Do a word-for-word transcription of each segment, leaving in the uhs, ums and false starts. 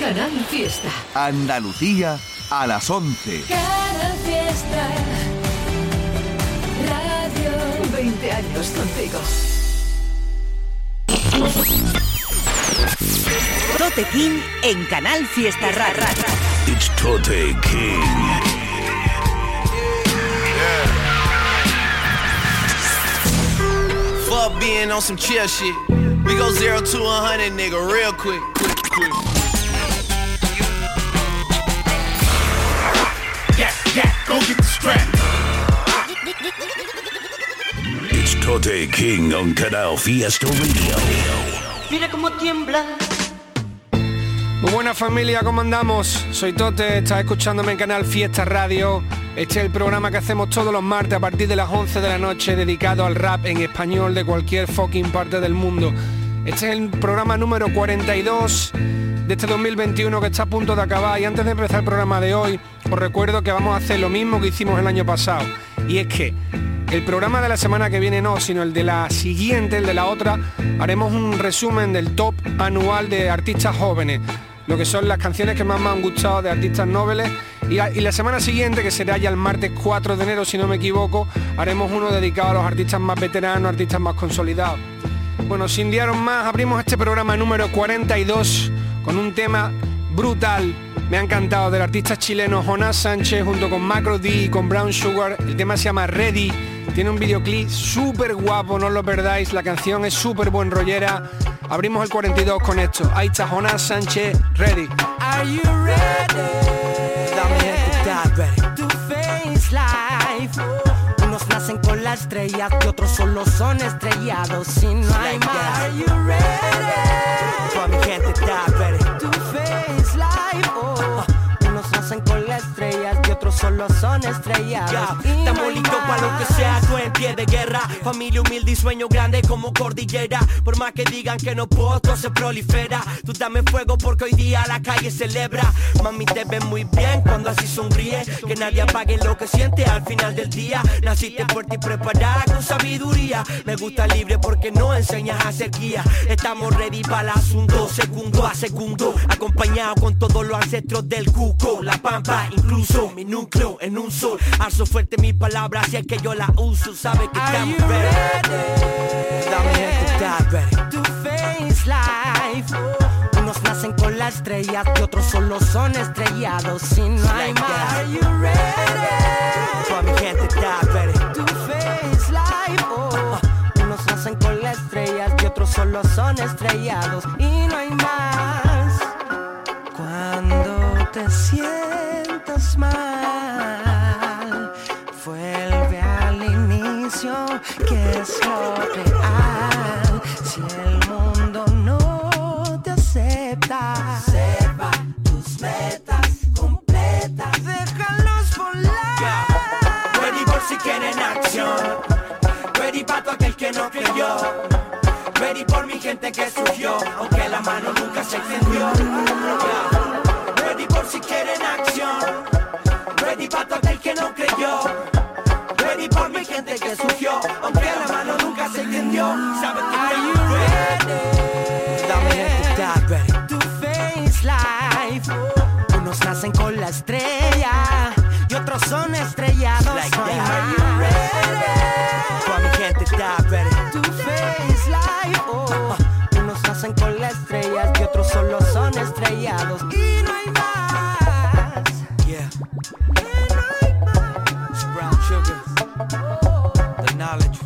Canal Fiesta. Andalucía a las once. Canal Fiesta. Radio. veinte años contigo. Tote King en Canal Fiesta Radio. It's Tote King. Fuck being on some chill shit. We go zero to a hundred, nigga, real quick, quick, quick. Yeah, yeah, go get the strap. It's Tote King on Canal Fiesta Radio. Mira cómo tiembla. Muy buena familia, ¿cómo andamos? Soy Tote, estás escuchándome en Canal Fiesta Radio. Este es el programa que hacemos todos los martes a partir de las once de la noche, dedicado al rap en español de cualquier fucking parte del mundo. Este es el programa número cuarenta y dos de este dos mil veintiuno que está a punto de acabar. Y antes de empezar el programa de hoy, os recuerdo que vamos a hacer lo mismo que hicimos el año pasado. Y es que el programa de la semana que viene no, sino el de la siguiente, el de la otra, haremos un resumen del top anual de artistas jóvenes, lo que son las canciones que más me han gustado de artistas noveles. Y, a, y la semana siguiente, que será ya el martes cuatro de enero, si no me equivoco, haremos uno dedicado a los artistas más veteranos, artistas más consolidados. Bueno, sin diaros más, abrimos este programa número cuarenta y dos con un tema brutal. Me ha encantado, del artista chileno Jonás Sánchez junto con Macro D y con Brown Sugar. El tema se llama Ready. Tiene un videoclip súper guapo, no os lo perdáis. La canción es súper buen rollera. Abrimos el cuarenta y dos con esto. Ahí está Jonás Sánchez, Ready. Are you ready? To face life. Unos nacen con la estrella y otros solo son estrellados. Si no hay más. Are you ready? Toda mi gente está ready. To face life. Oh. Unos nacen con la estrella y otros solo son estrellados. Yeah. Estamos no listos para lo que sea, tú en pie de guerra. Familia humilde y sueño grande como cordillera. Por más que digan que no puedo, todo se prolifera. Tú dame fuego porque hoy día la calle celebra. Mami, te ves muy bien cuando así sonríe. Que nadie apague lo que siente al final del día. Naciste fuerte y preparada con sabiduría. Me gusta libre porque no enseñas a ser guía. Estamos ready para el asunto, segundo a segundo. Acompañado con todos los ancestros del cuco. La pampa, incluso mi núcleo en un sol. Alzo fuerte mi palabra si es que yo la uso. Sabe que estamos ready. Dame gente, está ready. To face life. Unos nacen con la estrella y otros solo son estrellados. Si no hay más. Are you ready? Toda mi gente está ready. To face life. Oh. Unos nacen con la estrella y otros solo son estrellados. Y no hay más. Cuando te sientas mal, vuelve al inicio, que es lo real. Si el mundo no te acepta, observa tus metas completas, déjalos volar. Yeah. Ready por si quieren acción, ready para todo aquel que no creyó, ready por mi gente que surgió, aunque la mano nunca se extendió. Yeah. Ready por si quieren acción, ready para todo aquel que no creyó, ready por mi gente que surgió, aunque la mano nunca se extendió. ¿Sabes que estamos ready? Dame gente, está ready. To face life. Unos nacen con la estrella y otros son estrellados. Like that. Are you ready? Toda mi gente está ready. To face life. Oh. Unos nacen con la estrella y otros solo son estrellados. Y no hay más. Yeah. Y no hay más. It's Brown Sugar. The knowledge.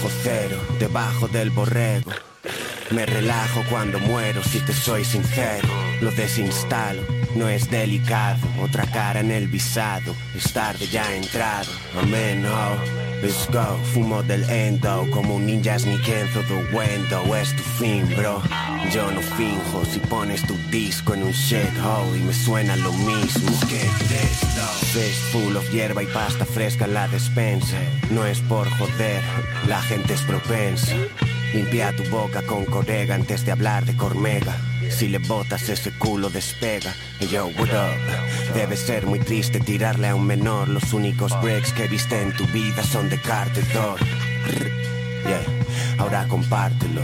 bajo cero, debajo del borrego. Me relajo cuando muero, si te soy sincero. Lo desinstalo, no es delicado. Otra cara en el visado, es tarde ya entrado. Amén, oh, let's go. Fumo del endo, como un ninja sneaking through the window. Es tu fin, bro, yo no finjo. Si pones tu disco en un shithole y me suena lo mismo. ¿Qué es esto? Fist full of hierba y pasta fresca en la despensa. No es por joder, la gente es propensa. Limpia tu boca con corega antes de hablar de cormega. Si le botas ese culo despega. Hey yo, what up? Debe ser muy triste tirarle a un menor. Los únicos breaks que viste en tu vida son de cartedor. Yeah, ahora compártelo.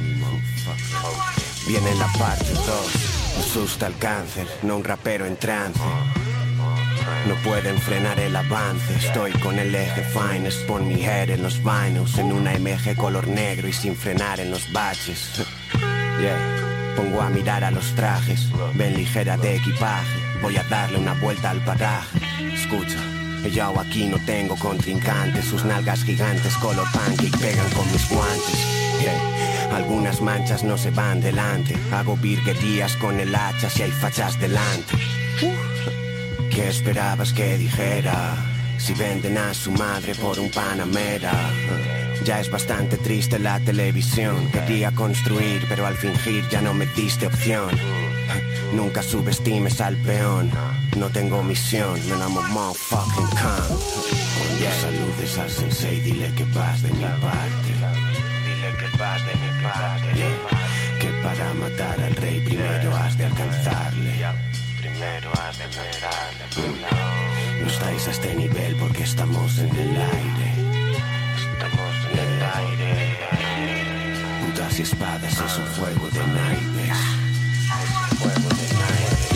Viene la parte dos. Asusta el cáncer, no un rapero en trance. No pueden frenar el avance. Estoy con el eje finest, pon mi head en los vinyls. En una M G color negro y sin frenar en los baches. Yeah, pongo a mirar a los trajes. Ven ligera de equipaje. Voy a darle una vuelta al paraje. Escucha, yo aquí no tengo contrincantes. Sus nalgas gigantes color pancake pegan con mis guantes. Yeah, algunas manchas no se van delante. Hago virguerías con el hacha si hay fachas delante. ¿Qué esperabas que dijera? Si venden a su madre por un Panamera. Ya es bastante triste la televisión. Quería construir, pero al fingir ya no me diste opción. Nunca subestimes al peón. No tengo misión, me llamo motherfucking con. Yeah. Saludes al sensei, dile que vas de mi parte. Dile que vas de mi parte. Yeah. Que para matar al rey primero has de alcanzarle. Primero has de alcanzarle. No estáis a este nivel porque estamos en el aire. Estamos en el aire. Putas y espadas es un fuego de naipes. Es un fuego de naipes.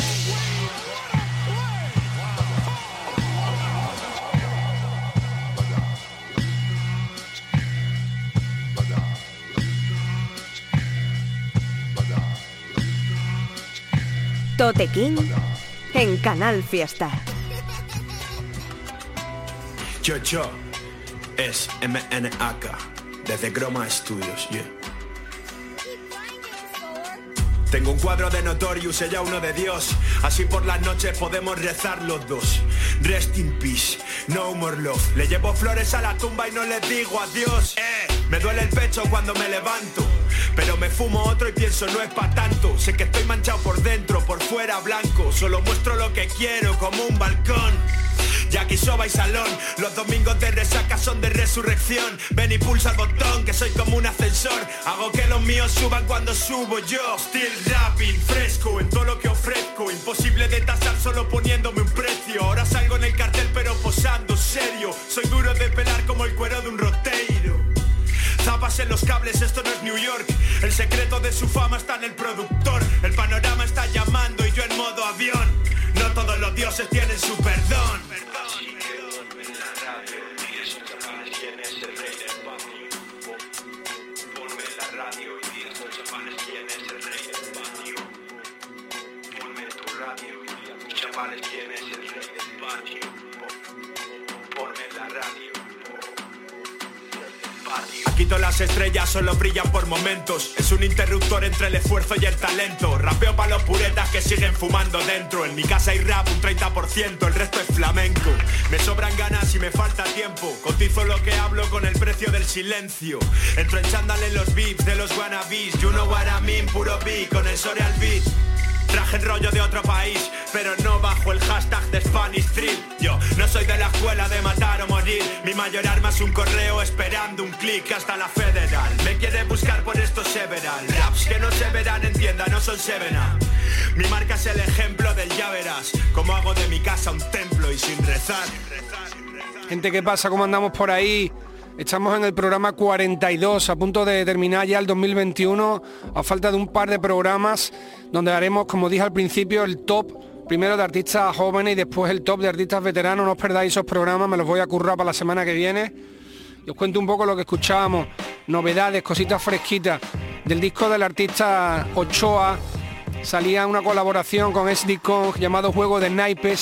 Tote King en Canal Fiesta. Yo, yo, es M N A K, desde Groma Studios, yeah. Tengo un cuadro de Notorious, ella uno de Dios. Así por las noches podemos rezar los dos. Rest in peace, no more love. Le llevo flores a la tumba y no les digo adiós. Eh, me duele el pecho cuando me levanto, pero me fumo otro y pienso no es pa' tanto. Sé que estoy manchado por dentro, por fuera blanco. Solo muestro lo que quiero como un balcón. Yakisoba y salón, los domingos de resaca son de resurrección. Ven y pulsa el botón, que soy como un ascensor. Hago que los míos suban cuando subo yo. Still rapping, fresco en todo lo que ofrezco. Imposible de tasar solo poniéndome un precio. Ahora salgo en el cartel pero posando serio. Soy duro de pelar como el cuero de un roteiro. Zapas en los cables, esto no es New York. El secreto de su fama está en el productor. El panorama está llamando y yo en modo avión. No todos los dioses tienen su perdón. Así que ponme en la radio y eso chavales quién es el rey del patio. Ponme en la radio y di a estos chavales quién es el rey del patio. Ponme en tu radio y di a estos chavales quién es el rey del patio. Ponme en la radio. Aquí todas las estrellas solo brillan por momentos. Es un interruptor entre el esfuerzo y el talento. Rapeo pa' los puretas que siguen fumando dentro. En mi casa hay rap un treinta por ciento, el resto es flamenco. Me sobran ganas y me falta tiempo. Cotizo lo que hablo con el precio del silencio. Entro en chándal en los beats de los wannabes. You know what I mean, puro beat con el Soreal beat. Traje el rollo de otro país, pero no bajo el hashtag de Spanish Thrill. Yo no soy de la escuela de matar o morir. Mi mayor arma es un correo esperando un clic hasta la federal. Me quiere buscar por estos several. Raps que no se verán en tienda, no son sevena. Mi marca es el ejemplo del ya verás. Como hago de mi casa un templo y sin rezar. Gente, ¿qué pasa? ¿Cómo andamos por ahí? Estamos en el programa cuarenta y dos, a punto de terminar ya el dos mil veintiuno, a falta de un par de programas donde haremos, como dije al principio, el top, primero de artistas jóvenes y después el top de artistas veteranos. No os perdáis esos programas, me los voy a currar para la semana que viene. Y os cuento un poco lo que escuchábamos, novedades, cositas fresquitas. Del disco del artista Ochoa salía una colaboración con S D Kong llamado Juego de Naipes,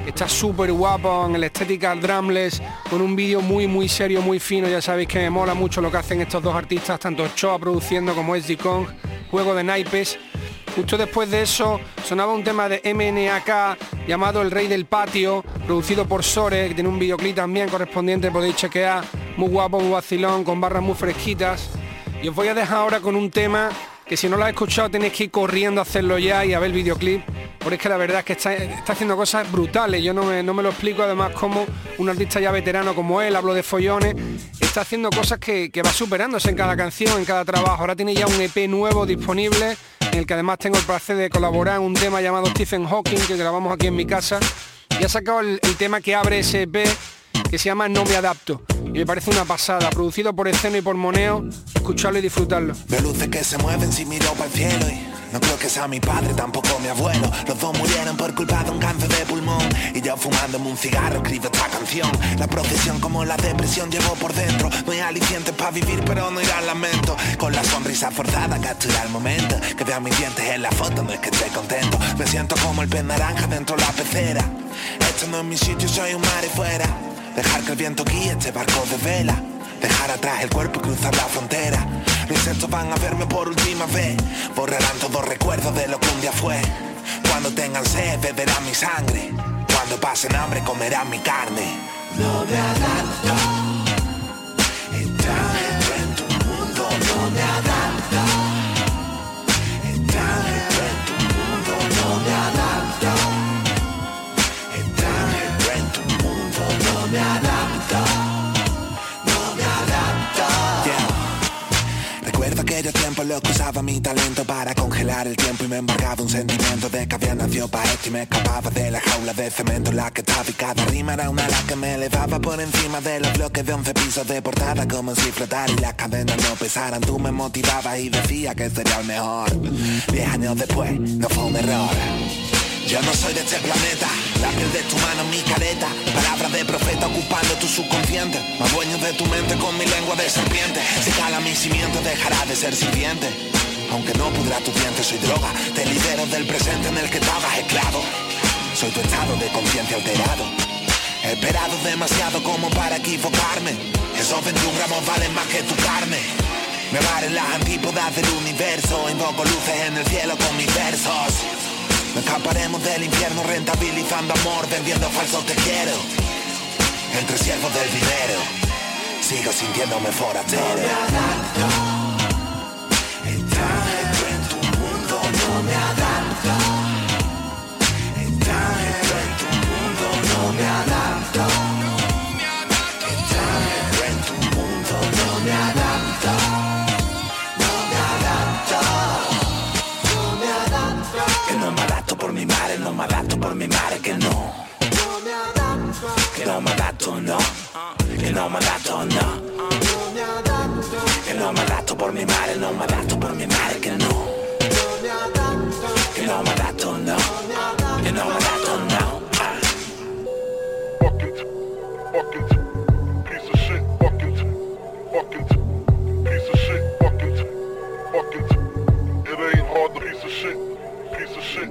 está súper guapo en el Estética Drumless, con un vídeo muy muy serio, muy fino. Ya sabéis que me mola mucho lo que hacen estos dos artistas, tanto Choa produciendo como S D Kong, juego de naipes. Justo después de eso sonaba un tema de M N A K llamado El Rey del Patio, producido por Sore, que tiene un videoclip también correspondiente, podéis chequear, muy guapo, muy vacilón, con barras muy fresquitas. Y os voy a dejar ahora con un tema que si no lo habéis escuchado tenéis que ir corriendo a hacerlo ya y a ver el videoclip, porque es que la verdad es que está, está haciendo cosas brutales. Yo no me, no me lo explico, además como un artista ya veterano como él, hablo de follones, está haciendo cosas que, que va superándose en cada canción, en cada trabajo. Ahora tiene ya un E P nuevo disponible, en el que además tengo el placer de colaborar en un tema llamado Stephen Hawking, que grabamos aquí en mi casa, y ha sacado el, el tema que abre ese E P, que se llama No me adapto, y me parece una pasada, producido por Esceno y por Moneo. Escucharlo y disfrutarlo. Veo luces que se mueven si miro para el cielo y no creo que sea mi padre, tampoco mi abuelo. Los dos murieron por culpa de un cáncer de pulmón y yo fumándome un cigarro escribo esta canción. La procesión como la depresión llevo por dentro. No hay alicientes para vivir pero no irá al lamento. Con la sonrisa forzada captura el momento. Que vea mis dientes en la foto, no es que esté contento. Me siento como el pez naranja dentro de la pecera. Esto no es mi sitio, soy un mar y fuera. Dejar que el viento guíe este barco de vela. Dejar atrás el cuerpo y cruzar la frontera. Los insectos van a verme por última vez. Borrarán todos recuerdos de lo que un día fue. Cuando tengan sed beberán mi sangre. Cuando pasen hambre comerán mi carne. No me adapto. Extranjero en tu mundo. No me adapto. Extranjero en tu mundo. No me adapto. Extranjero en tu mundo. No me adapto. Aquellos tiempos lo que usaba mi talento para congelar el tiempo y me embargaba un sentimiento de que había nacido para esto y me escapaba de la jaula de cemento en la que estaba y cada rima era una ala que me elevaba por encima de los bloques de once pisos de portada como si flotar y las cadenas no pesaran. Tú me motivabas y decías que sería el mejor. Diez años después no fue un error. Yo no soy de este planeta, la piel de tu mano mi careta. Palabras de profeta ocupando tu subconsciente. Más dueño de tu mente con mi lengua de serpiente. Si cala mi simiente dejará de ser sirviente. Aunque no pudra tus dientes, soy droga. Te libero del presente en el que estabas esclavo. Soy tu estado de conciencia alterado. He esperado demasiado como para equivocarme. Esos veintiún gramos valen más que tu carne. Me valen las antípodas del universo. Invoco luces en el cielo con mis versos. No escaparemos del infierno rentabilizando amor, vendiendo falsos te quiero. Entre siervos del dinero, sigo sintiéndome forastero. No me adapto. Extranjero en tu mundo, no me adapto. Extranjero en tu mundo, no me adapto. Extranjero en tu mundo, no me adapto. No me adapto. No me adapto. Que no me adapto por mi madre, no me adapto por mi madre, que no. Que no me adapto, no. Que no me adapto, no. Que no me adapto por mi madre, no me adapto por mi madre, que no. Que no me adapto, no. Que no me adapto, no. Fucking, fucking, piece of shit, fucking, fucking, piece of shit, fucking, fucking. It ain't hard to piece of shit, piece of shit.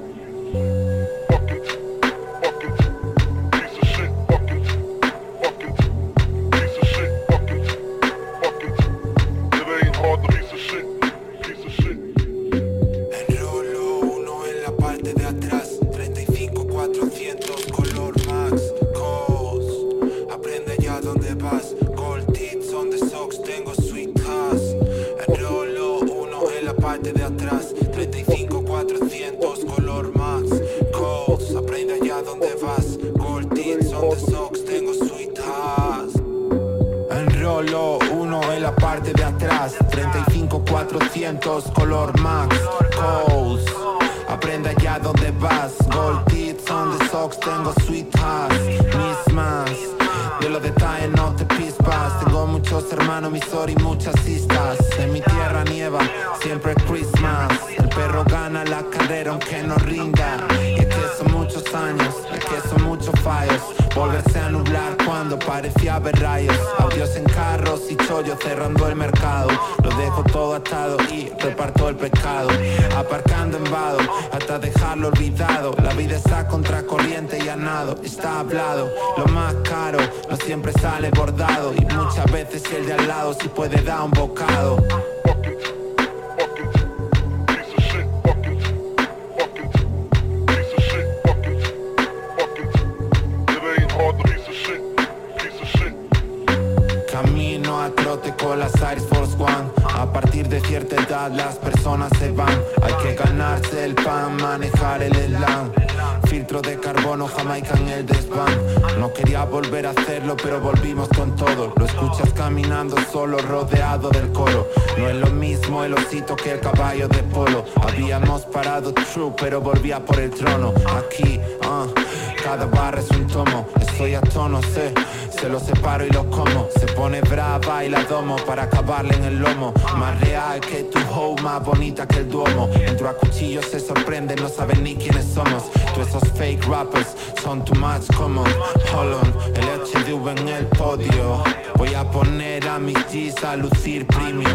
De atrás, treinta y cinco cuatrocientos color Max Coast, aprende allá donde vas. Gold teens on the socks, tengo sweet ass. Enrolo uno en la parte de atrás, treinta y cinco cuatrocientos color Max Coast, aprende allá donde vas. Gold teens on the socks, tengo sweet ass. Mismas de los detalles no te pispas. Tengo muchos hermanos, mis y muchas cistas. En mi tierra nieva, siempre es Christmas. El perro gana la carrera aunque no rinda. Y es que son muchos años, es que son muchos fallos. Volverse a nublar cuando parecía haber rayos. Audios en carros y chollos cerrando el mercado. Lo de dejo todo atado y reparto el pescado, aparcando en vado hasta dejarlo olvidado. La vida está contracorriente y a nado está hablado. Lo más caro no siempre sale bordado, y muchas veces el de al lado sí puede dar un bocado. Camino a trote con las Air Force One. A partir de cierta edad las personas se van. Hay que ganarse el pan, manejar el slam. Filtro de carbono, Jamaica en el desván. No quería volver a hacerlo, pero volvimos con todo. Lo escuchas caminando solo, rodeado del coro. No es lo mismo el osito que el caballo de polo. Habíamos parado true, pero volvía por el trono. Aquí, uh, cada barra es un tomo. Estoy a tono, sé, se lo separo y lo como. Se pone brava y la domo para acabarle en el lomo. Más real que tu hoe, más bonita que el Duomo. Entro a cuchillo, se sorprende, no saben ni quiénes somos. Todos esos fake rappers son too much common. Hold on, el H D V en el podio. Voy a poner a mis G's a lucir premium.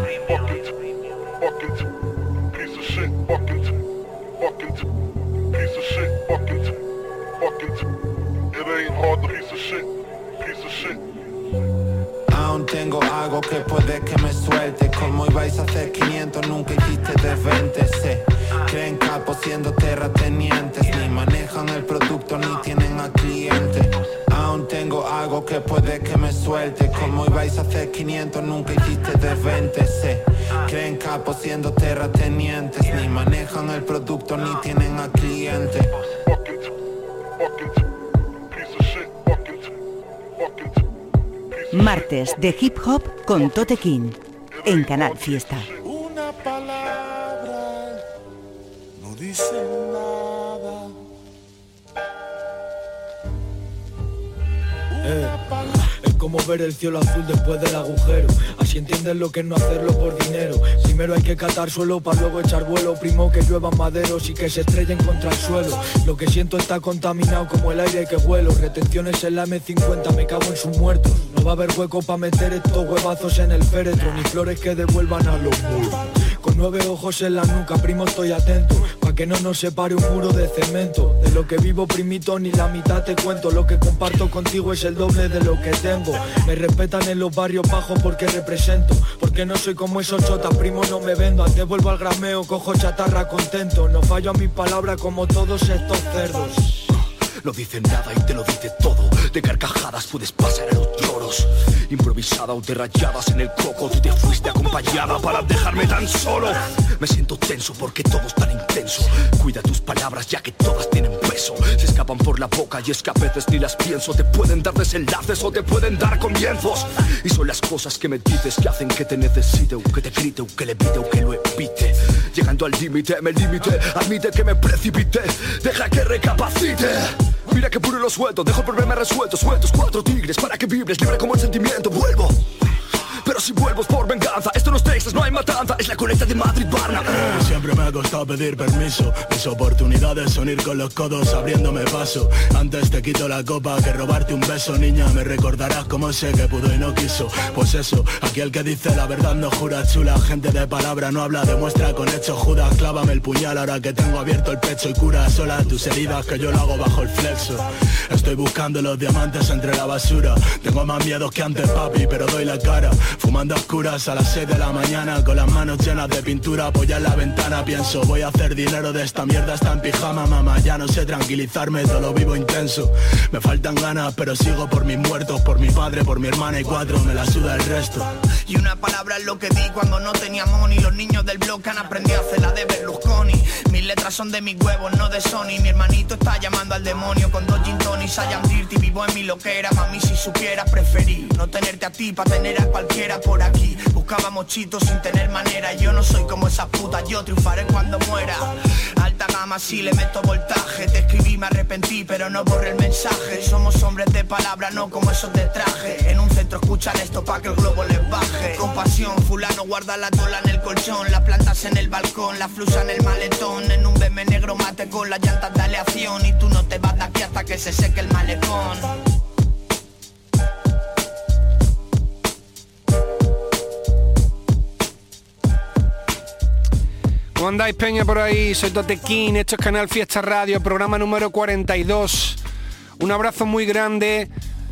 Aún tengo algo que puede que me suelte. Como ibais a hacer quinientos, nunca hiciste de veinte. Se creen capos siendo terratenientes. Ni manejan el producto ni tienen a cliente. Aún tengo algo que puede que me suelte. Como ibais a hacer quinientos, nunca hiciste de veinte. Se creen capos siendo terratenientes. Ni manejan el producto ni tienen a cliente. Martes de Hip Hop con Tote King en Canal Fiesta. Una palabra no dice nada. Eh, es como ver el cielo azul después del agujero. Así entiendes lo que es no hacerlo por dinero. Primero hay que catar suelo para luego echar vuelo. Primo que lluevan maderos y que se estrellen contra el suelo. Lo que siento está contaminado como el aire que vuelo. Retenciones en la eme cincuenta, me cago en sus muertos. No va a haber hueco para meter estos huevazos en el féretro. Ni flores que devuelvan a los muros. Con nueve ojos en la nuca, primo, estoy atento. Pa' que no nos separe un muro de cemento. De lo que vivo, primito, ni la mitad te cuento. Lo que comparto contigo es el doble de lo que tengo. Me respetan en los barrios bajos porque represento. Porque no soy como esos chotas, primo, no me vendo. Antes vuelvo al grameo, cojo chatarra contento. No fallo a mis palabras como todos estos cerdos. No dicen nada y te lo dice todo. De carcajadas puedes pasar a los lloros. Improvisada o de rayadas en el coco. Tú te fuiste acompañada para dejarme tan solo. Me siento tenso porque todo es tan intenso. Cuida tus palabras ya que todas tienen peso. Se escapan por la boca y es que a veces ni las pienso. Te pueden dar desenlaces o te pueden dar comienzos. Y son las cosas que me dices que hacen que te necesite. O que te grite o que le pide o que lo evite. Llegando al límite, me limite. Admite que me precipité. Deja que recapacite. Mira que puro lo suelto, dejo el problema resuelto. Sueltos cuatro tigres para que vibres libre como el sentimiento. Vuelvo, pero si vuelvo es por venganza. Esto no es Texas, no hay matanza. Es la colecta de Madrid-Barna. Siempre me ha costado pedir permiso. Mis oportunidades son ir con los codos abriéndome paso. Antes te quito la copa que robarte un beso. Niña, me recordarás como sé que pudo y no quiso. Pues eso, aquí el que dice la verdad no jura. Chula, gente de palabra no habla, demuestra con hechos. Judas, clávame el puñal ahora que tengo abierto el pecho. Y cura sola tus heridas que yo lo hago bajo el flexo. Estoy buscando los diamantes entre la basura. Tengo más miedos que antes, papi, pero doy la cara. Fumando a oscuras a las seis de la mañana. Con las manos llenas de pintura apoyada en la ventana. Pienso, voy a hacer dinero de esta mierda. Está en pijama, mamá, ya no sé tranquilizarme. Todo lo vivo intenso. Me faltan ganas, pero sigo por mis muertos. Por mi padre, por mi hermana y cuatro. Me la suda el resto. Y una palabra es lo que di cuando no tenía money. Los niños del bloque han aprendido a hacer la de Berlusconi. Mis letras son de mis huevos, no de Sony. Mi hermanito está llamando al demonio con dos gin tonics. I am dirty, vivo en mi loquera. Mami, si supieras, preferí no tenerte a ti pa' tener a cualquiera por aquí. Buscábamos chitos sin tener manera. Yo no soy como esas putas, yo triunfaré cuando muera. Alta gama, si le meto voltaje. Te escribí, me arrepentí, pero no borré el mensaje. Somos hombres de palabra, no como esos de traje. En un centro escuchan esto pa' que el globo les baje. Compasión, fulano guarda la tola en el colchón. Las plantas en el balcón, la flusa en el maletón. En un B M negro mate con las llantas de aleación. Y tú no te vas de aquí hasta que se seque el malecón. ¿Cómo andáis, peña, por ahí? Soy Tote King, esto es Canal Fiesta Radio, programa número cuarenta y dos. Un abrazo muy grande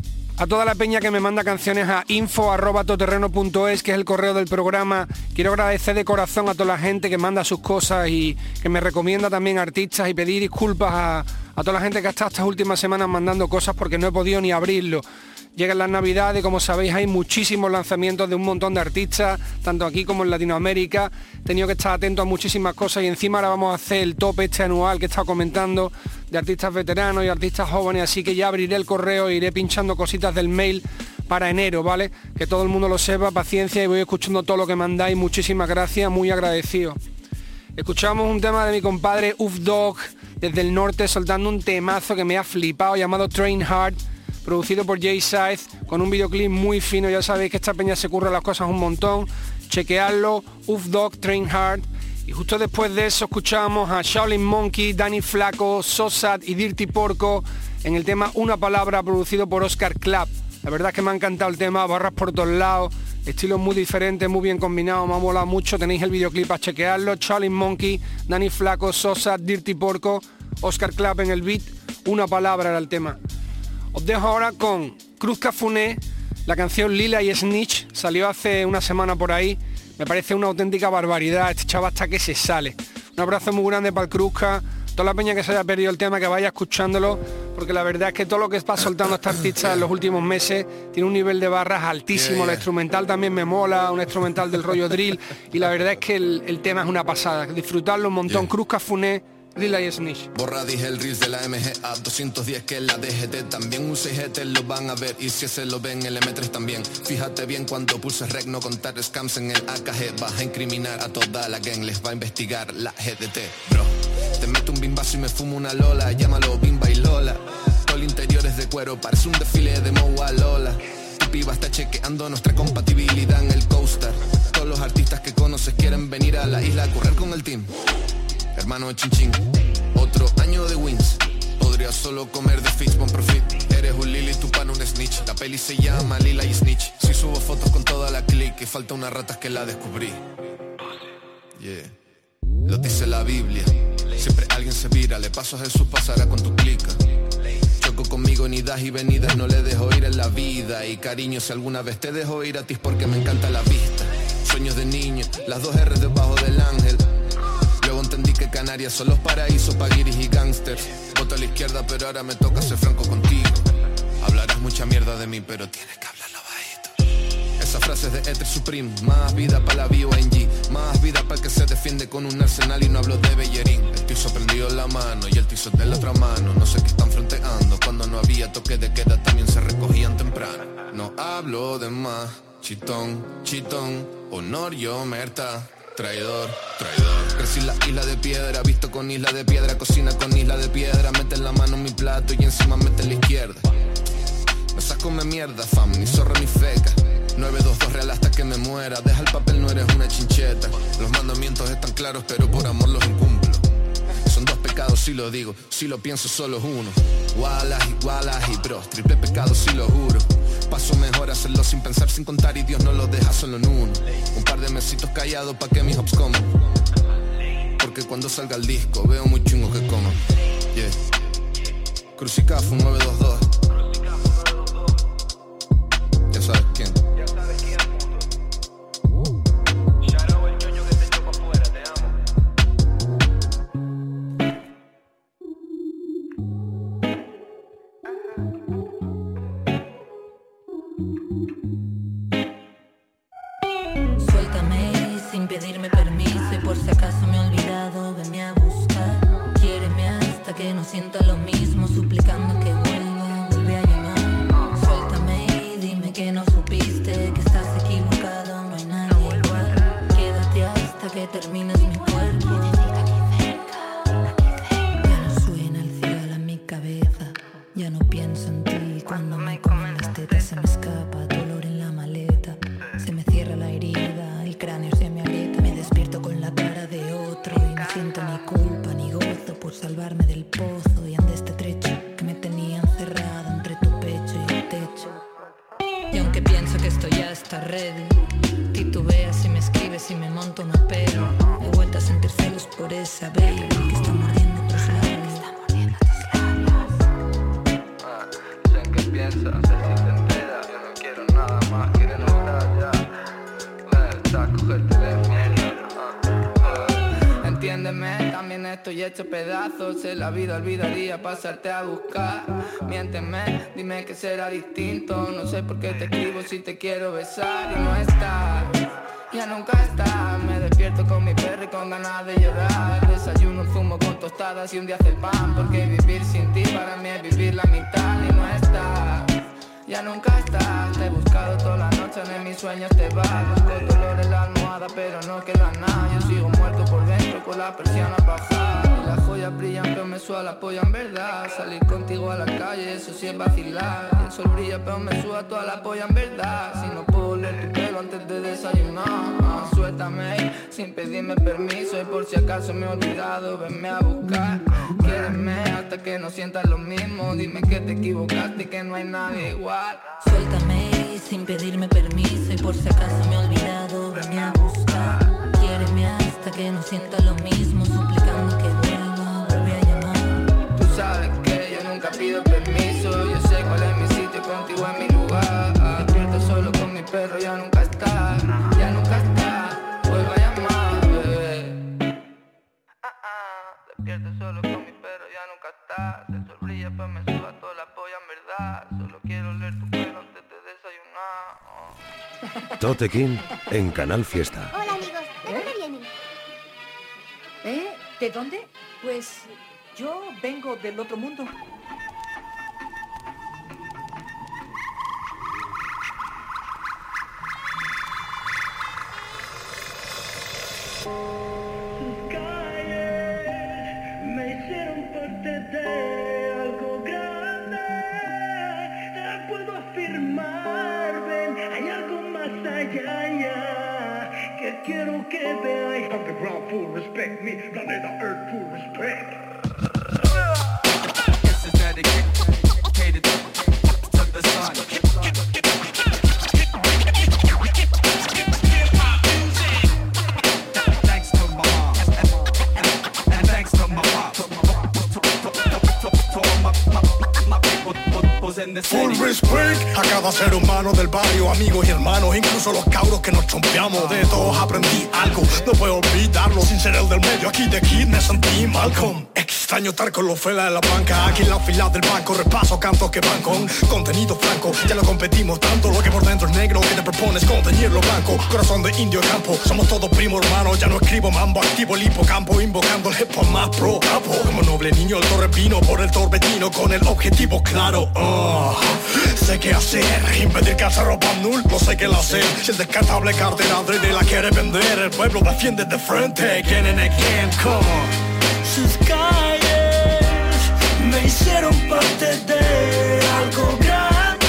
a toda la peña que me manda canciones a info arroba todoterreno punto es, que es el correo del programa. Quiero agradecer de corazón a toda la gente que manda sus cosas y que me recomienda también artistas, y pedir disculpas a, a toda la gente que ha estado estas últimas semanas mandando cosas porque no he podido ni abrirlo. Llegan las navidades, como sabéis hay muchísimos lanzamientos de un montón de artistas, tanto aquí como en Latinoamérica. He tenido que estar atento a muchísimas cosas y encima ahora vamos a hacer el top este anual que he estado comentando de artistas veteranos y artistas jóvenes, así que ya abriré el correo e iré pinchando cositas del mail para enero, ¿vale? Que todo el mundo lo sepa, paciencia, y voy escuchando todo lo que mandáis. Muchísimas gracias, muy agradecido. Escuchamos un tema de mi compadre Uf Dog desde el norte, soltando un temazo que me ha flipado llamado Train Hard, producido por Jay Scythe, con un videoclip muy fino. Ya sabéis que esta peña se curra las cosas un montón. Chequeadlo, Uf Dog, Train Hard. Y justo después de eso escuchamos a Shaolin Monkey, Danny Flaco, Sosad y Dirty Porco en el tema Una Palabra, producido por Oscar Clap. La verdad es que me ha encantado el tema, barras por todos lados, estilos muy diferentes, muy bien combinados, me ha molado mucho. Tenéis el videoclip para chequearlo. Shaolin Monkey, Danny Flaco, Sosad, Dirty Porco, Oscar Clap en el beat. Una Palabra era el tema. Os dejo ahora con Cruz Cafuné, la canción Lila y Snitch, salió hace una semana por ahí. Me parece una auténtica barbaridad, este chaval hasta que se sale. Un abrazo muy grande para el Cruzca, toda la peña que se haya perdido el tema, que vaya escuchándolo, porque la verdad es que todo lo que está soltando este artista en los últimos meses tiene un nivel de barras altísimo. Yeah, yeah. La instrumental también me mola, una instrumental del rollo drill, y la verdad es que el, el tema es una pasada, disfrutarlo un montón. Yeah. Cruz Cafuné, Lila y Snitch. Borra, dije el Reels de la M G A doscientos diez, que la D G T también un seis G T lo van a ver, y si ese lo ven el M tres también. Fíjate bien cuando pulses rec, no contar scams en el A K G. Vas a incriminar a toda la gang, les va a investigar la G D T. Bro, te meto un bimbazo y me fumo una lola, llámalo bimba y lola. Todo el interior es de cuero, parece un desfile de Moa Lola. Tu piba está chequeando nuestra compatibilidad en el coaster. Todos los artistas que conoces quieren venir a la isla a correr con el team. Hermano chin chin, otro año de wins. Podría solo comer de fish, bon profit. Eres un Lily, tu pan un snitch. La peli se llama Lila y Snitch. Si subo fotos con toda la click, y falta una rata que la descubrí. Yeah, lo dice la Biblia. Siempre alguien se vira, le paso a Jesús, pasará con tu clica. Choco conmigo en idas y venidas, no le dejo ir en la vida. Y cariño, si alguna vez te dejo ir a ti es porque me encanta la vista. Sueños de niño, las dos R's debajo del ángel. Luego entendí que Canarias son los paraísos pa' guiris y gangsters. Voto a la izquierda, pero ahora me toca ser franco contigo. Hablarás mucha mierda de mí, pero tienes que hablarlo bajito. Esa frase es de Ether Supreme. Más vida pa' la B O N G. Más vida pa' el que se defiende con un arsenal y no hablo de Bellerín. El tizo prendido en la mano y el tizo de la otra mano. No sé qué están fronteando. Cuando no había toque de queda también se recogían temprano. No hablo de más. Chitón, chitón. Honor y omerta. Traidor, traidor. Crecí en la isla de piedra, visto con isla de piedra, cocina con isla de piedra. Mete la mano en mi plato y encima mete la izquierda. No seas come mierda, fam, ni zorra ni feca. nueve dos dos real hasta que me muera. Deja el papel, no eres una chincheta. Los mandamientos están claros, pero por amor los incumplo. Son dos pecados si lo digo, si lo pienso solo es uno. Wallahi, wallahi, bro, triple pecado si lo juro. Paso mejor hacerlo sin pensar, sin contar, y Dios no lo deja solo en uno. Un par de mesitos callados pa' que mis hops coman. Porque cuando salga el disco veo muy chungo que coman. Yeah. Crucicafu nueve dos dos. Ya sabes quién. Pedirme permiso y por si acaso me he olvidado, venme a buscar. Quiéreme hasta que no sienta lo mismo, suplicando que vuelva, vuelve a llamar. Suéltame y dime que no supiste, que estás equivocado, no hay nadie igual. Quédate hasta que termines mi cuerpo. Ya no suena el cielo en mi cabeza, ya no pienso en ti. Cuando me comen las tetas se me escapa dolor en la maleta. Se me cierra la herida, el cráneo se me agrieta. Me despierto con la cara de otro y no siento ni culpa ni gozo por salvarme del pozo y ande este trecho que me tenía encerrado entre tu pecho y el techo. Y aunque pienso que esto ya está ready, titubeas y me escribes y me monto una pelo. He vuelto a sentir celos por esa baby que está mordiendo tus labios. Está mordiendo tus labios. Ah, sé en qué piensas, sé si te enteras. Yo no quiero nada más que no estar ya. Ven, a cogerte de mierda. Ah. Entiéndeme, también estoy hecho pedazos. En la vida olvidaría pasarte a buscar. Miénteme, dime que será distinto. No sé por qué te escribo si te quiero besar y no estás. Ya nunca está, me despierto con mi perro y con ganas de llorar. Desayuno, fumo con tostadas y un día hace el pan. Porque vivir sin ti para mí es vivir la mitad y no está. Ya nunca estás, te he buscado toda la noche, en mis sueños te vas. Busco dolor en la almohada pero no queda nada. Yo sigo muerto por dentro con la persiana bajada. Y las joyas brillan pero me suda la polla en verdad. Salir contigo a la calle, eso sí es vacilar. El sol brilla pero me suda toda la polla en verdad. Si no puedo oler tu pelo antes de desayunar, ah, suéltame sin pedirme permiso. Y por si acaso me he olvidado, venme a buscar. Quiéreme hasta que no sientas lo mismo. Dime que te equivocaste y que no hay nadie igual. Suéltame sin pedirme permiso y por si acaso me he olvidado, venme a buscar. Quiéreme hasta que no sienta lo mismo, suplicando que vuelva, vuelve a llamar. Tú sabes que yo nunca pido permiso, yo sé cuál es mi sitio, contigo es mi lugar. Despierto solo con mi perro, ya nunca está, ya nunca está, vuelve a llamar, bebé. Ah, ah. Despierto solo con mi perro, ya nunca está. El sol brilla pues me suda toda la polla en verdad. Solo quiero oler tu pelo antes de desayunar. Tote King en Canal Fiesta. Hola amigos, ¿de dónde vienen? ¿Eh? ¿De dónde? Pues yo vengo del otro mundo. Me hicieron parte de algo grande, te puedo afirmar, ven, hay algo más allá, ya, que quiero que veáis. Underground full respect me, planeta Earth full respect. This is dedicated to the sun. Full respect a cada ser humano del barrio, amigos y hermanos, incluso los cabros que nos chompeamos. De todos aprendí algo, no puedo olvidarlo. Sin ser el del medio, aquí de Kid me sentí Malcolm. Extraño estar con los felas de la banca, aquí en la fila del banco. Repaso cantos que van con contenido franco. Ya lo competimos tanto, lo que por dentro es negro, que te propones contener lo blanco. Corazón de indio campo, somos todos primos hermanos. Ya no escribo mambo, activo el hipocampo, invocando el hip hop más pro capo. Como noble niño el torrepino por el torbellino, con el objetivo claro. Oh, sé qué hacer, impedir que se roban nul, no sé qué lo hacer. Si el descartable cartera André la quiere vender, el pueblo defiende de frente, again and again, come on. Sus calles me hicieron parte de algo grande,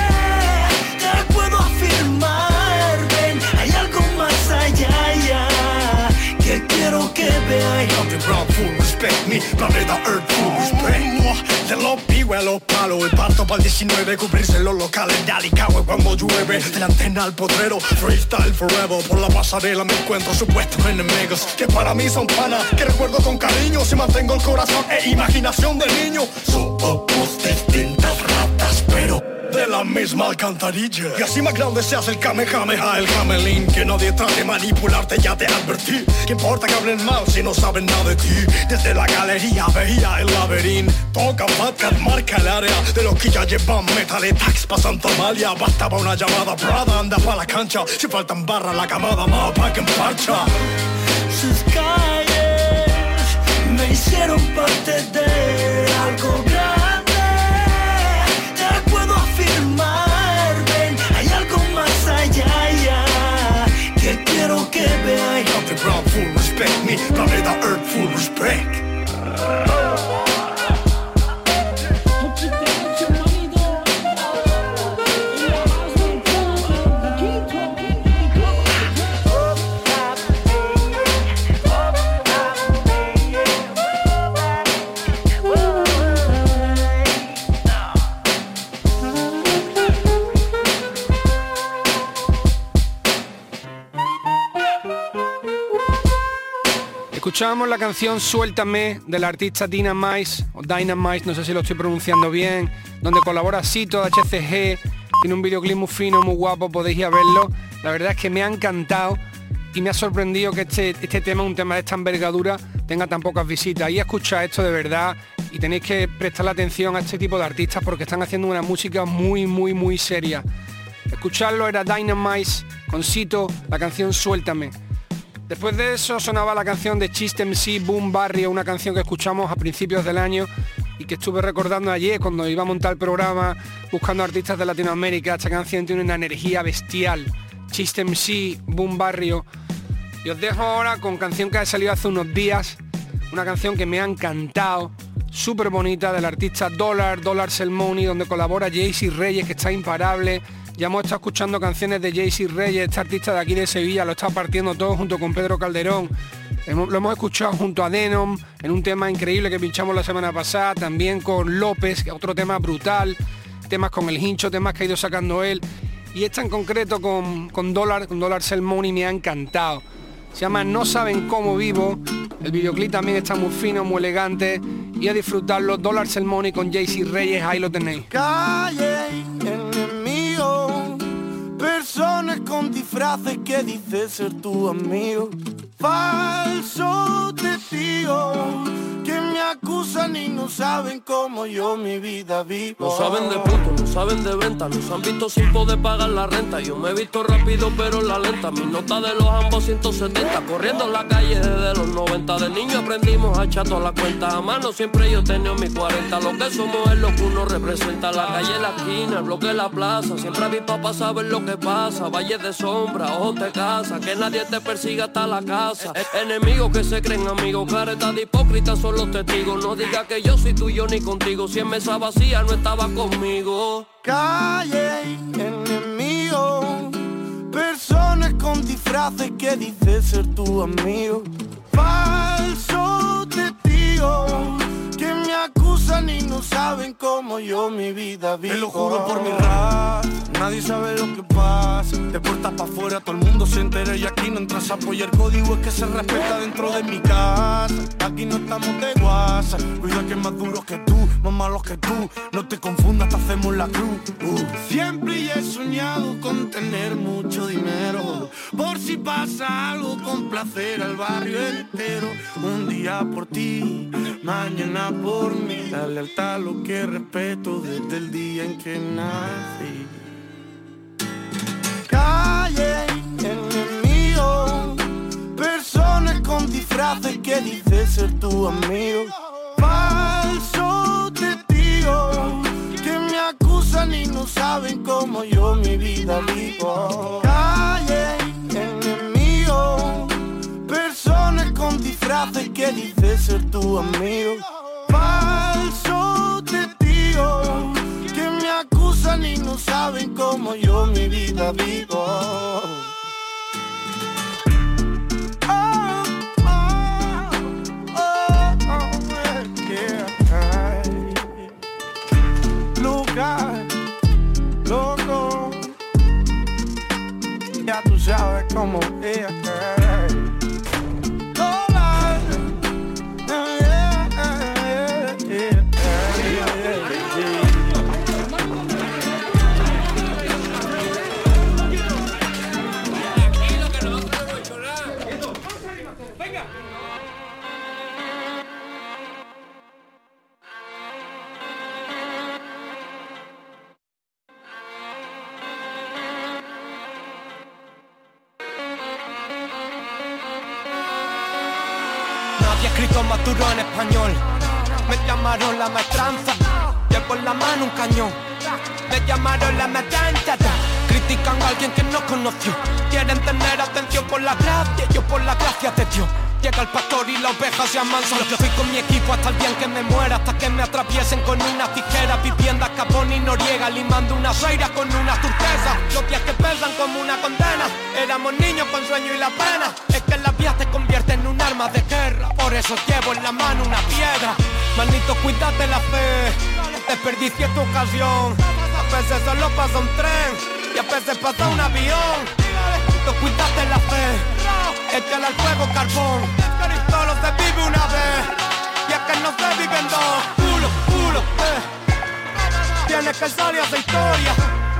te puedo afirmar, ven, hay algo más allá, ya, que quiero que veáis. Underground full respect me, planeta Earth full respect. De los pibos a los palos, el parto para el diecinueve, cubrirse en los locales de Alicagüe cuando llueve. De la antena al potrero, freestyle forever. Por la pasarela me encuentro supuestos enemigos que para mí son panas, que recuerdo con cariño. Si mantengo el corazón e imaginación de niño. Somos distintas ratas, pero de la misma alcantarilla. Y así más grande se hace el Kamehameha, el Hamelin. Que nadie trate de manipularte, ya te advertí. ¿Qué importa que hablen mal si no saben nada de ti? Desde la galería veía el laberinto. Toca podcast, marca el área de los que ya llevan metal y tax pa' Santa Amalia. Bastaba una llamada, Prada, anda pa' la cancha. Si faltan barras, la camada más pa' que emparcha. Sus calles me hicieron parte de algo grande, te puedo afirmar, ven, hay algo más allá, ya, que quiero que veáis. Underground full respect me, planeta Earth full respect. Escuchábamos la canción Suéltame del artista Dynamite, o Dynamite, no sé si lo estoy pronunciando bien, donde colabora Sito, H C G, tiene un videoclip muy fino, muy guapo, podéis ir a verlo. La verdad es que me ha encantado y me ha sorprendido que este, este tema, un tema de esta envergadura, tenga tan pocas visitas. Y escuchad esto de verdad y tenéis que prestarle atención a este tipo de artistas porque están haciendo una música muy, muy, muy seria. Escucharlo era Dynamite con Sito, la canción Suéltame. Después de eso sonaba la canción de Chiste M C, Boom Barrio, una canción que escuchamos a principios del año y que estuve recordando ayer cuando iba a montar el programa buscando artistas de Latinoamérica. Esta canción tiene una energía bestial. Chiste M C, Boom Barrio. Y os dejo ahora con canción que ha salido hace unos días, una canción que me ha encantado, súper bonita, del artista Dollar, Dollar Cell Money, donde colabora Jaycee Reyes, que está imparable. Ya hemos estado escuchando canciones de Jaycee Reyes, este artista de aquí de Sevilla, lo está partiendo todo junto con Pedro Calderón. Hemos, lo hemos escuchado junto a Denom, en un tema increíble que pinchamos la semana pasada, también con López, otro tema brutal, temas con el Hincho, temas que ha ido sacando él. Y esta en concreto con, con Dollar, con Dollar Cell Money me ha encantado. Se llama No Saben Cómo Vivo, el videoclip también está muy fino, muy elegante, y a disfrutarlo. Dollar Cell Money con Jaycee Reyes, ahí lo tenéis. Calle, enemigo, personas con disfraces que dicen ser tu amigo, falso testigo, que me acusan y no saben cómo yo mi vida vivo. No saben de punto, no saben de venta, nos han visto sin poder pagar la renta. Yo me he visto rápido pero la lenta, mi nota de los ambos ciento setenta, corriendo en la calle desde los noventa. De niño aprendimos a echar todas las cuentas a mano, siempre yo tenía mis cuarenta. Lo que somos es lo que uno representa, la calle, la esquina, el bloque, la plaza. Siempre a mi papá saben lo que pasa, valles de sombra, ojos de casa, que nadie te persiga hasta la casa. Enemigos que se creen amigos, caretas de hipócritas son los testigos. No diga que yo soy tuyo ni contigo, si en mesa vacía no estaba conmigo. Calle, enemigo, personas con disfraces que dicen ser tu amigo, falso testigo, que me acusan y no saben cómo yo mi vida vivo. Te lo juro por mi rap, nadie sabe lo que pasa. De puertas para afuera todo el mundo se entera y aquí no entras a apoyar. El código es que se respeta dentro de mi casa. Aquí no estamos de guasa. Cuida que es más duro que tú, más malos que tú. No te confundas, te hacemos la cruz. uh. Siempre ya he soñado con tener mucho dinero, por si pasa algo con placer al barrio entero. Un día por ti, mañana por mí. La lealtad lo que respeto desde el día en que nací. Calle, enemigo, personas con disfraces que dicen ser tu amigo, falso testigo, que me acusan y no saben cómo yo mi vida vivo. Calle, enemigo, personas con disfraces que dicen ser tu amigo, falso testigo, que me acusan y no saben cómo yo mi vida vivo. Oh, oh, oh, oh, yeah. Lugar, loco, ya tú sabes cómo es. Escrito más duro en español, me llamaron la maestranza, llevo en la mano un cañón, me llamaron la matanza. Critican a alguien que no conoció, quieren tener atención por la gracia, yo por la gracia de Dios. Llega el pastor y la oveja se amansan. Yo fui con mi equipo hasta el día en que me muera, hasta que me atraviesen con una tijera. Vivienda Capón y Noriega, limando unas airas con una turquesa. Los días que pesan como una condena, éramos niños con sueño y la pena. Es que la vida te convierte en un arma de guerra, por eso llevo en la mano una piedra. Manito, cuídate la fe, desperdicié tu ocasión. A veces solo pasa un tren y a veces pasa un avión. Manito, cuídate la fe, échale al fuego carbón. Todos los se vive una vez, y es que no se viven dos. Culo, culo, eh. Tienes que salir a esa historia,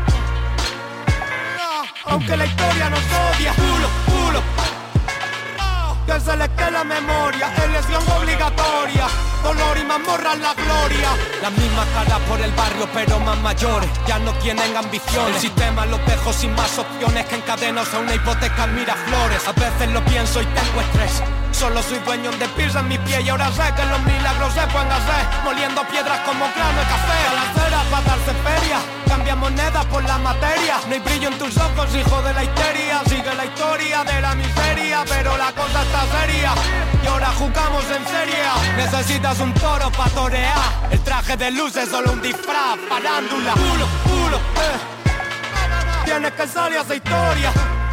aunque la historia nos odia. Culo, culo, que se les quede la memoria, es lesión obligatoria. Dolor y mazmorra en la gloria. Las mismas caras por el barrio pero más mayores, ya no tienen ambiciones. El sistema los dejo sin más opciones que encadenos a una hipoteca en Miraflores. A veces lo pienso y tengo estrés, solo soy dueño de pizza en mis pies. Y ahora sé que los milagros se pueden hacer moliendo piedras como grano de café. A las ceras para darse feria, cambia moneda por la materia. No hay brillo en tus ojos, hijo de la histeria. Sigue la historia de la miseria, pero la cosa está seria y ahora jugamos en serie. Necesitas un toro pa' torear, el traje de luz es solo un disfraz, parándula. Culo, culo, eh. Tienes que salir a esa historia,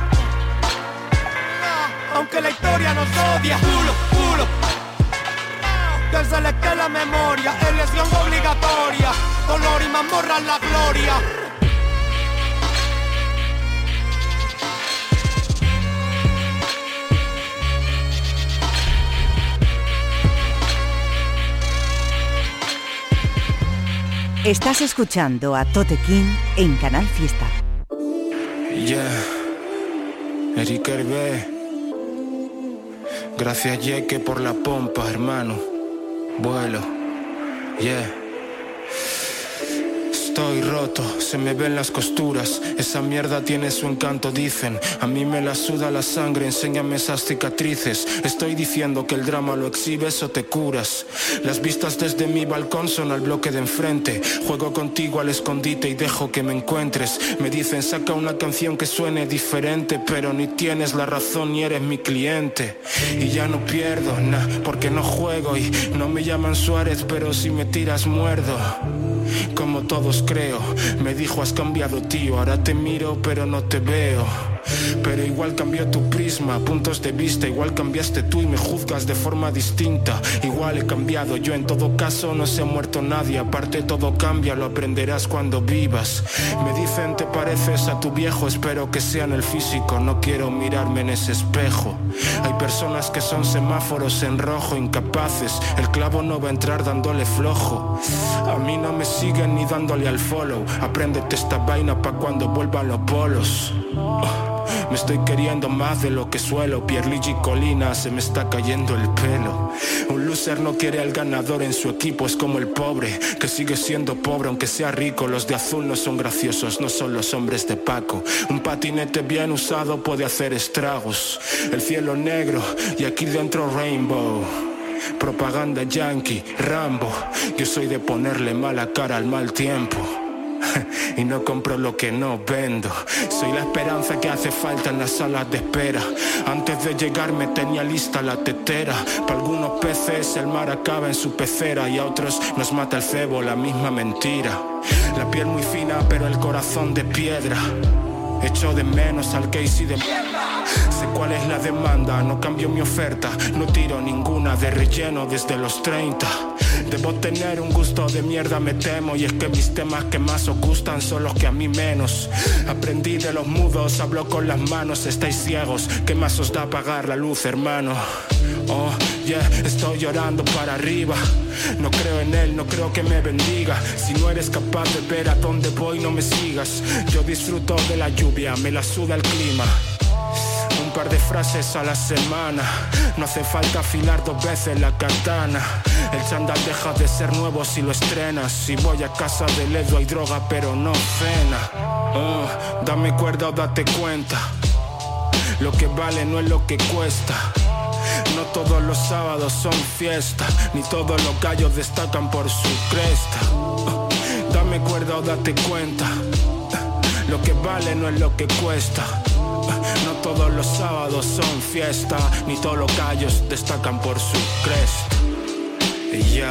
aunque la historia nos odia. Culo, culo, que se les quede la memoria, es lesión obligatoria. Dolor y mazmorra en la gloria. Estás escuchando a Tote King en Canal Fiesta. Yeah, Eric Hervé. Gracias Yeke por la pompa, hermano. Vuelo, yeah. Estoy roto, se me ven las costuras. Esa mierda tiene su encanto, dicen. A mí me la suda la sangre, enséñame esas cicatrices. Estoy diciendo que el drama lo exhibes o te curas. Las vistas desde mi balcón son al bloque de enfrente. Juego contigo al escondite y dejo que me encuentres. Me dicen saca una canción que suene diferente, pero ni tienes la razón ni eres mi cliente. Y ya no pierdo, nah, porque no juego. Y no me llaman Suárez, pero si me tiras muerdo. Como todos creo, me dijo has cambiado tío, ahora te miro pero no te veo. Pero igual cambió tu prisma, puntos de vista, igual cambiaste tú y me juzgas de forma distinta. Igual he cambiado yo, en todo caso no se ha muerto nadie, aparte todo cambia, lo aprenderás cuando vivas. Me dicen te pareces a tu viejo, espero que sea en el físico, no quiero mirarme en ese espejo. Hay personas que son semáforos en rojo, incapaces, el clavo no va a entrar dándole flojo. A mí no me siguen ni dándole al follow, apréndete esta vaina pa' cuando vuelvan los polos. Oh, me estoy queriendo más de lo que suelo, Pierluigi Colina, se me está cayendo el pelo. Un loser no quiere al ganador en su equipo, es como el pobre, que sigue siendo pobre aunque sea rico. Los de azul no son graciosos, no son los hombres de Paco. Un patinete bien usado puede hacer estragos. El cielo negro y aquí dentro rainbow. Propaganda yankee, Rambo. Yo soy de ponerle mala cara al mal tiempo y no compro lo que no vendo. Soy la esperanza que hace falta en las salas de espera. Antes de llegar me tenía lista la tetera. Para algunos peces el mar acaba en su pecera y a otros nos mata el cebo, la misma mentira. La piel muy fina pero el corazón de piedra. Echo de menos al Casey de mierda. Sé cuál es la demanda, no cambio mi oferta. No tiro ninguna de relleno desde los treinta. Debo tener un gusto de mierda, me temo. Y es que mis temas que más os gustan son los que a mí menos. Aprendí de los mudos, hablo con las manos. Estáis ciegos, ¿qué más os da apagar la luz, hermano? Oh, yeah, estoy llorando para arriba. No creo en él, no creo que me bendiga. Si no eres capaz de ver a dónde voy, no me sigas. Yo disfruto de la lluvia, me la suda el clima. Un par de frases a la semana. No hace falta afilar dos veces la katana. El chándal deja de ser nuevo si lo estrenas. Si voy a casa de Ledo hay droga pero no cena. Oh, dame cuerda o date cuenta. Lo que vale no es lo que cuesta. No todos los sábados son fiesta, ni todos los gallos destacan por su cresta. Oh, dame cuerda o date cuenta. Lo que vale no es lo que cuesta. No todos los sábados son fiesta, ni todos los gallos destacan por su cresta. Yo,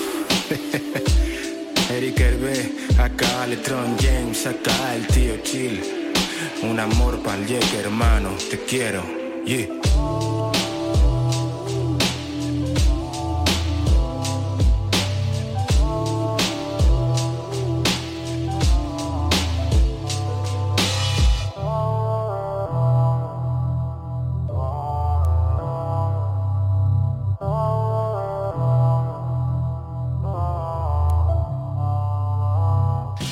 Eric Hervé, acá Letron James, acá el tío Chill. Un amor pa'l Yeke, hermano, te quiero, yeah.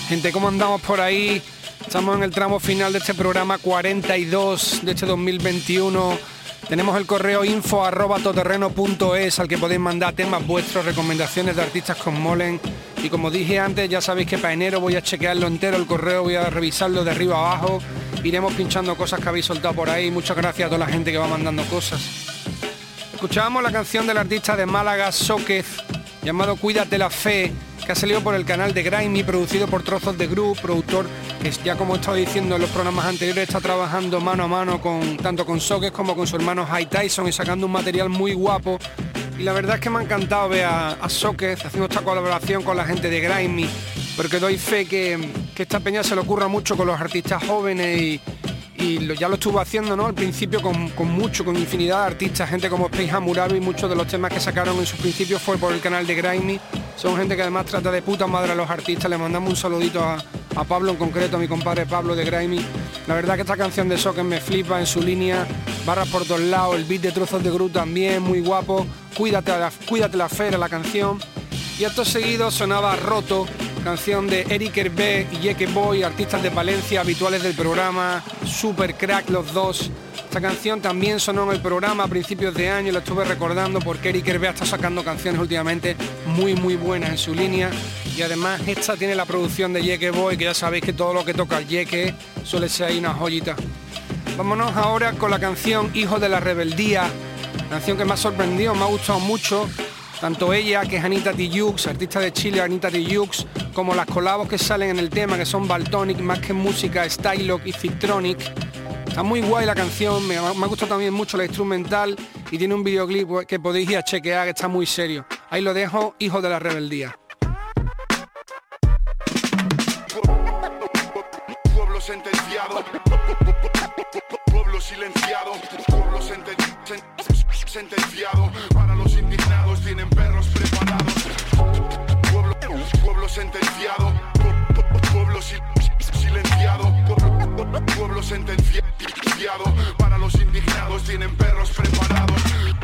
Gente, ¿cómo andamos por ahí? Estamos en el tramo final de este programa cuarenta y dos de este dos mil veintiuno. Tenemos el correo info arroba todoterreno punto es al que podéis mandar temas vuestros, recomendaciones de artistas que os molen. Y como dije antes, ya sabéis que para enero voy a chequearlo entero el correo, voy a revisarlo de arriba a abajo. Iremos pinchando cosas que habéis soltado por ahí. Muchas gracias a toda la gente que va mandando cosas. Escuchábamos la canción del artista de Málaga, Sóquez, llamado Cuídate la Fe, que ha salido por el canal de Grimy, producido por Trozos de Group, productor que ya, como he estado diciendo en los programas anteriores, está trabajando mano a mano con tanto con Sóquez como con su hermano High Tyson y sacando un material muy guapo. Y la verdad es que me ha encantado ver a, a Sóquez haciendo esta colaboración con la gente de Grimy, porque doy fe que, que esta peña se le ocurra mucho con los artistas jóvenes y, y lo, ya lo estuvo haciendo, ¿no? Al principio con, con mucho, con infinidad de artistas, gente como Space Hammurabi. Muchos de los temas que sacaron en sus principios fue por el canal de Grimy. Son gente que además trata de puta madre a los artistas. Le mandamos un saludito a, a Pablo en concreto, a mi compadre Pablo de Grimy. La verdad que esta canción de Sóquez me flipa en su línea, barras por todos lados, el beat de Trozos de Group también, muy guapo. Cuídate la, cuídate la fe era la canción. Y acto seguido sonaba Roto, canción de Eric Hervé y Yeke Boy, artistas de Valencia, habituales del programa, super crack los dos. Esta canción también sonó en el programa a principios de año, lo estuve recordando porque Eric Hervé está sacando canciones últimamente muy muy buenas en su línea. Y además esta tiene la producción de Yeke Boy, que ya sabéis que todo lo que toca el Yeke suele ser ahí una joyita. Vámonos ahora con la canción Hijo de la Rebeldía, canción que me ha sorprendido, me ha gustado mucho. Tanto ella, que es Anita Tijoux, artista de Chile, Anita Tijoux, como las colabos que salen en el tema, que son Baltonic, Más que Música, Stylock y Fictronic. Está muy guay la canción, me, me ha gustado también mucho la instrumental y tiene un videoclip que podéis ir a chequear, que está muy serio. Ahí lo dejo, Hijo de la Rebeldía. Pueblo sentenciado, pueblo silenciado, pueblo senten- sen- sentenciado. Para los indignados tienen perros preparados. Pueblo, pueblo sentenciado, pueblo si- silenciado, pueblo sentenciado. Para los indignados tienen perros preparados.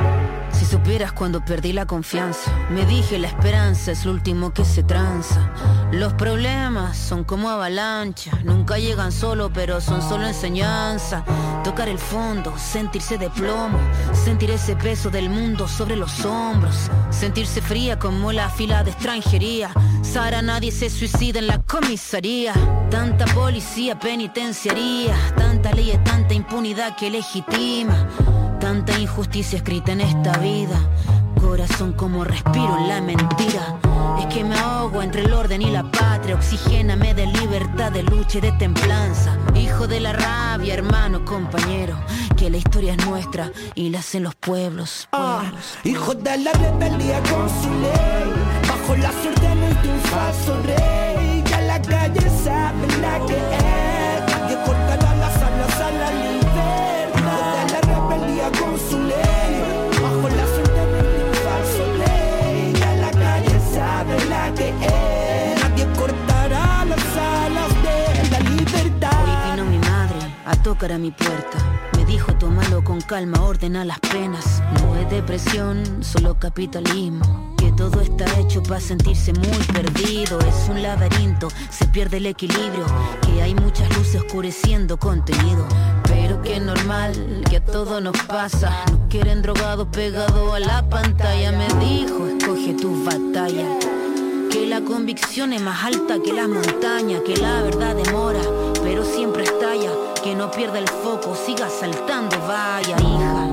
Si supieras cuando perdí la confianza, me dije la esperanza es lo último que se tranza. Los problemas son como avalanchas, nunca llegan solo pero son solo enseñanza. Tocar el fondo, sentirse de plomo, sentir ese peso del mundo sobre los hombros, sentirse fría como la fila de extranjería. Sara, nadie se suicida en la comisaría. Tanta policía penitenciaría, tanta ley y tanta impunidad que legitima. Tanta injusticia escrita en esta vida. Corazón como respiro en la mentira. Es que me ahogo entre el orden y la patria. Oxigéname de libertad, de lucha y de templanza. Hijo de la rabia, hermano, compañero, que la historia es nuestra y la hacen los pueblos, pueblos. Ah, hijo de la rebeldía con su ley, bajo las órdenes de un falso rey. Ya la calle sabe la que es. Nadie cortará las alas a la libertad. Hijo de la rebeldía con su ley, bajo las órdenes de un falso rey. Ya la calle sabe la que es. Nadie cortará las alas de la libertad. Hoy vino mi madre a tocar a mi puerta. Me dijo tómalo con calma, ordena las penas. No es depresión, solo capitalismo. Que todo está hecho para sentirse muy perdido. Es un laberinto, se pierde el equilibrio. Que hay muchas luces oscureciendo contenido. Pero que es normal, que a todo nos pasa. Nos quieren drogados pegados a la pantalla. Me dijo, escoge tus batallas. Que la convicción es más alta que las montañas. Que la verdad demora, pero siempre estalla. Que no pierda el foco, siga saltando. Vaya hija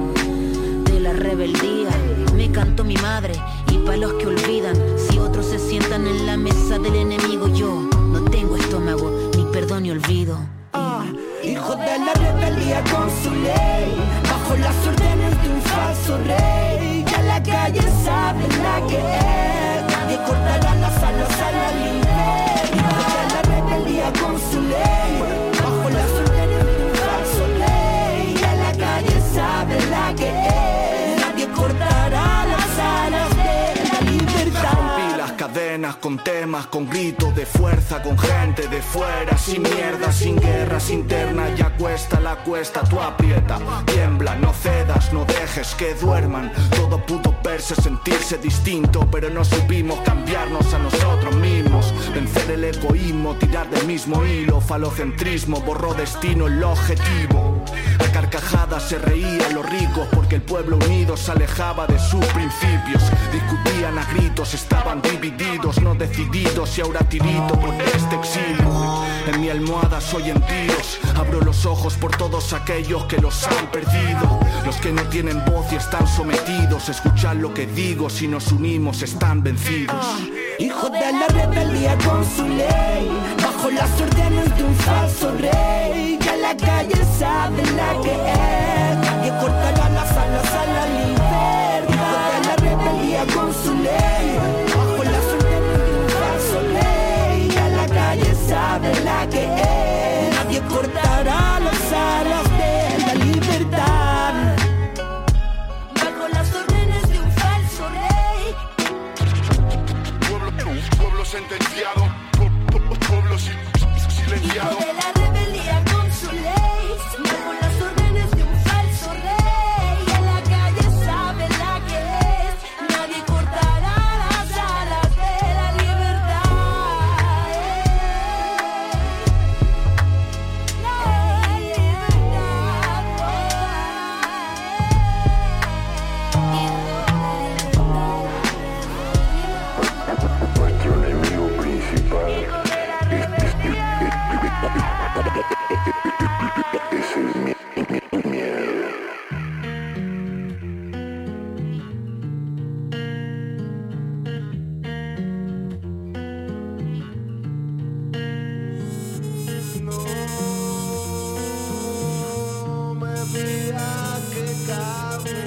de la rebeldía, me cantó mi madre. Y pa' los que olvidan, si otros se sientan en la mesa del enemigo, yo no tengo estómago, ni perdón ni olvido. Ah, hijo de la rebeldía con su ley, bajo las órdenes de un falso rey. Ya la calle sabe la que es. Nadie cortará las alas a la libertad. Hijo de la rebeldía con su ley, bajo las órdenes de un falso rey. Ya la calle sabe la que es. Nadie cortará las alas de la libertad. Rompí las cadenas penas, con temas, con gritos de fuerza, con gente de fuera, sin mierda, sin guerras internas, ya cuesta la cuesta, tú aprieta, tiembla, no cedas, no dejes que duerman. Todo pudo verse, sentirse distinto, pero no supimos cambiarnos a nosotros mismos. Vencer el egoísmo, tirar del mismo hilo, falocentrismo, borró destino el objetivo. A carcajadas se reían los ricos porque el pueblo unido se alejaba de sus principios. Discutían a gritos, estaban divididos, no decididos, y ahora tirito por este exilio. En mi almohada soy en tiros, abro los ojos por todos aquellos que los han perdido. Los que no tienen voz y están sometidos, escuchad lo que digo, si nos unimos están vencidos. Hijo de la rebeldía con su ley, bajo las órdenes de un falso rey. Ya la calle sabe la que es, nadie cortará las alas a la libertad. Hijo de la rebeldía con su ley, bajo las órdenes de un falso rey. Ya la calle sabe la que es, nadie cortará las alas de la libertad. Bajo las órdenes de un falso rey. Pueblo, pueblo sentenciado, pueblo silenciado. Hijo de la rebeldía con su ley, bajo las órdenes de un falso rey. En la calle sabe la que es, nadie cortará las alas de la libertad. La libertad. Nuestro enemigo principal es el miedo. No me pidas que cambie.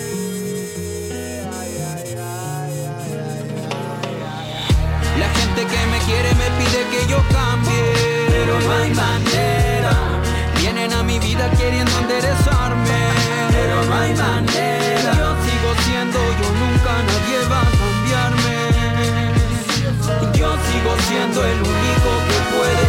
Ay, ay, ay, ay, ay, ay. La gente que me quiere me pide que yo cambie, pero no hay manera. Vienen a mi vida queriendo enderezarme, pero no hay manera. Yo sigo siendo yo, nunca nadie va a cambiarme. Yo sigo siendo el único que puede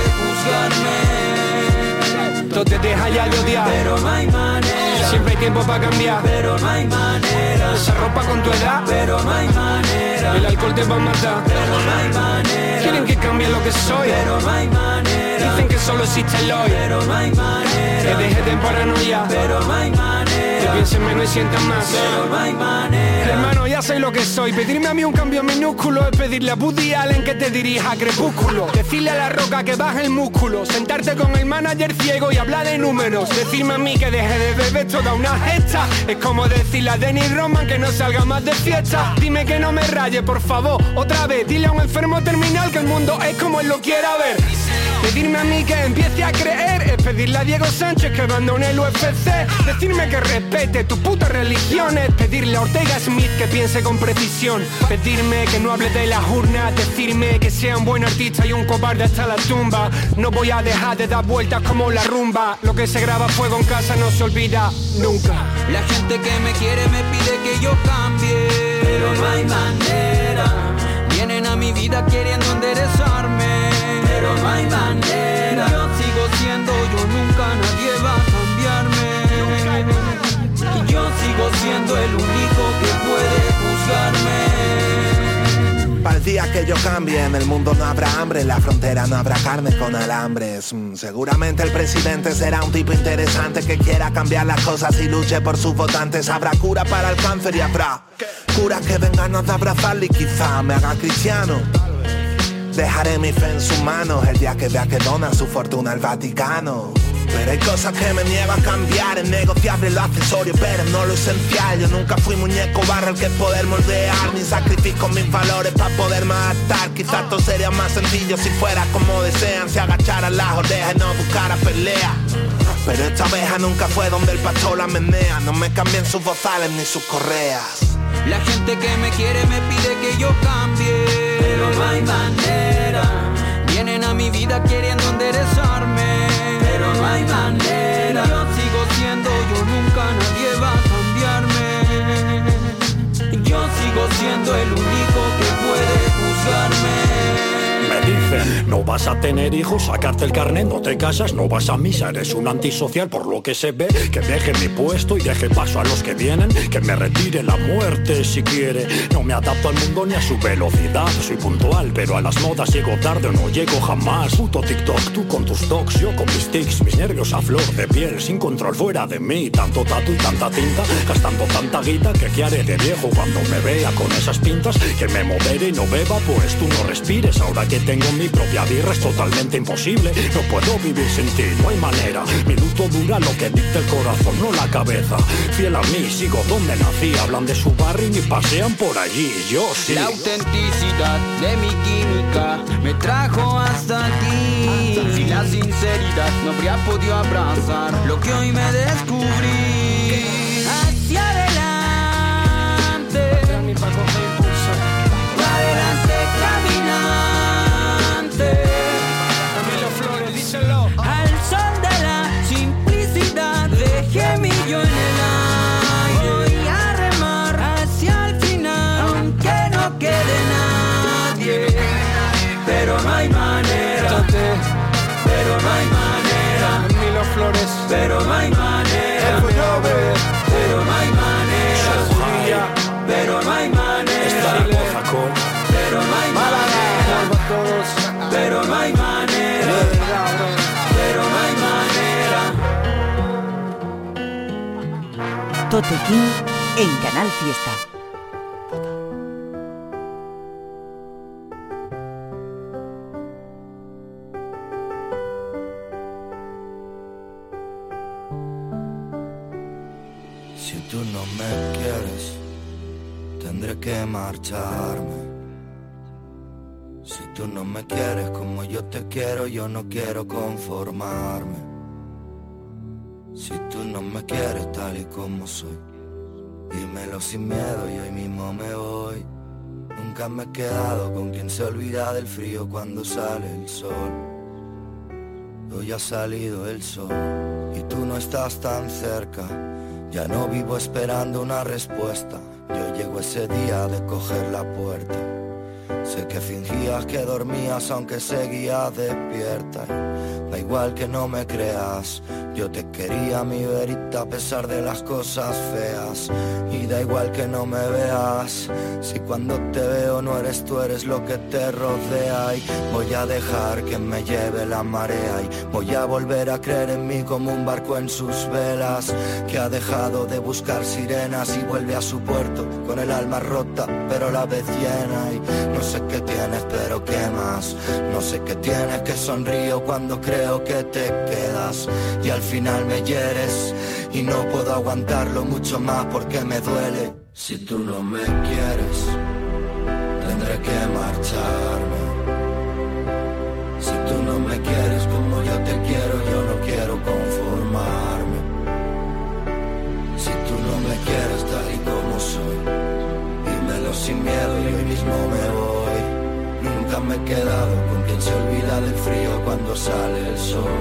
juzgarme. No te dejas ya de odiar, pero no hay manera. Siempre hay tiempo para cambiar, pero no hay manera. Esa ropa con tu edad, pero no hay manera. El alcohol te va a matar, pero no hay manera. Quieren que cambie lo que soy, pero no hay manera. Dicen que solo existe el hoy, pero no hay manera. Que dejes de paranoia, pero no hay manera. Que piensen menos y sientan más, pero no hay manera. Hermano, ya sé lo que soy. Pedirme a mí un cambio minúsculo es pedirle a Woody Allen que te dirija a Crepúsculo. Decirle a la roca que baje el músculo, sentarte con el manager ciego y hablar de números. Decirme a mí que deje de beber toda una gesta es como decirle a Dennis Rodman que no salga más de fiesta. Dime que no me raye, por favor, otra vez. Dile a un enfermo terminal que el mundo es como él lo quiera ver. Pedirme a mí que empiece a creer es pedirle a Diego Sánchez que abandone el U F C. Decirme que respete tus putas religiones, pedirle a Ortega Smith que piense con precisión. Pedirme que no hable de las urnas, decirme que sea un buen artista y un cobarde hasta la tumba. No voy a dejar de dar vueltas como la rumba. Lo que se graba a fuego en casa no se olvida nunca. La gente que me quiere me pide que yo cambie, pero no hay manera. Vienen a mi vida queriendo enderezarme, pero no hay manera. Yo sigo siendo yo, nunca nadie va a cambiarme. Y yo sigo siendo el único que puede juzgarme. Para el día que yo cambie, en el mundo no habrá hambre, en la frontera no habrá carne con alambres. Mm, seguramente el presidente será un tipo interesante que quiera cambiar las cosas y luche por sus votantes. Habrá cura para el cáncer y habrá curas que vengan de abrazarle y quizá me haga cristiano. Dejaré mi fe en sus manos el día que vea que dona su fortuna al Vaticano. Pero hay cosas que me niego a cambiar, es negociable lo accesorio, pero no lo esencial. Yo nunca fui muñeco barro el que poder moldear, ni sacrifico mis valores para poderme adaptar. Quizás todo sería más sencillo si fuera como desean, si agacharan las orejas y no buscara pelea. Pero esta abeja nunca fue donde el pastor la menea, no me cambien sus bozales ni sus correas. La gente que me quiere me pide que yo cambie, pero no hay manera. Vienen a mi vida queriendo enderezarme, pero no hay manera. Yo sigo siendo yo, nunca nadie va a cambiarme. Yo sigo siendo el único que puede juzgarme. no vas a tener hijos, sacarte el carnet, no te casas, no vas a misa, eres un antisocial por lo que se ve. Que deje mi puesto y deje paso a los que vienen, que me retire la muerte si quiere. No me adapto al mundo ni a su velocidad, soy puntual, pero a las modas llego tarde o no llego jamás. Puto TikTok, tú con tus tocs, yo con mis tics, mis nervios a flor de piel, sin control fuera de mí. Tanto tatu y tanta tinta, gastando tanta guita, que qué haré de viejo cuando me vea con esas pintas. Que me modere y no beba, pues tú no respires. Ahora que tengo mi propia birra es totalmente imposible. No puedo vivir sin ti, no hay manera. Mi luto dura lo que dicta el corazón, no la cabeza. Fiel a mí, sigo donde nací. Hablan de su barrio y pasean por allí, yo sí. La autenticidad de mi química me trajo hasta aquí. Sin la sinceridad no habría podido abrazar lo que hoy me descubrí. Hacia adelante, adelante caminante. Camilo Flores, díselo. Al sol de la simplicidad dejé mi yo en el aire. Voy a remar hacia el final, aunque no quede nadie. Pero no hay manera, pero no hay manera. Camilo Flores, pero no hay manera. Pero no hay manera. Pero no hay manera. Pero no hay manera. Pero no hay manera. Pero no hay manera. Tote King en Canal Fiesta. Si tú no me quieres, tendré que marcharme. Si tú no me quieres como yo te quiero, yo no quiero conformarme. Si tú no me quieres tal y como soy, dímelo sin miedo y hoy mismo me voy. Nunca me he quedado con quien se olvida del frío cuando sale el sol. Hoy ha salido el sol y tú no estás tan cerca. Ya no vivo esperando una respuesta. Yo llego ese día de coger la puerta. Sé que fingías que dormías aunque seguías despierta. Da igual que no me creas, yo te quería mi verita a pesar de las cosas feas. Y da igual que no me veas, si cuando te veo no eres tú, eres lo que te rodea. Y voy a dejar que me lleve la marea y voy a volver a creer en mí como un barco en sus velas, que ha dejado de buscar sirenas y vuelve a su puerto con el alma rota pero la vez llena. Y no sé qué tienes pero qué más, no sé qué tienes que sonrío cuando creo que te quedas y al final me hieres y no puedo aguantarlo mucho más porque me duele. Si tú no me quieres, tendré que marcharme. Si tú no me quieres como yo te quiero, yo no quiero conformarme. Si tú no me quieres tal y como soy, dímelo sin miedo y hoy mismo me voy. Nunca me he quedado con quien se olvida del frío cuando sale el sol.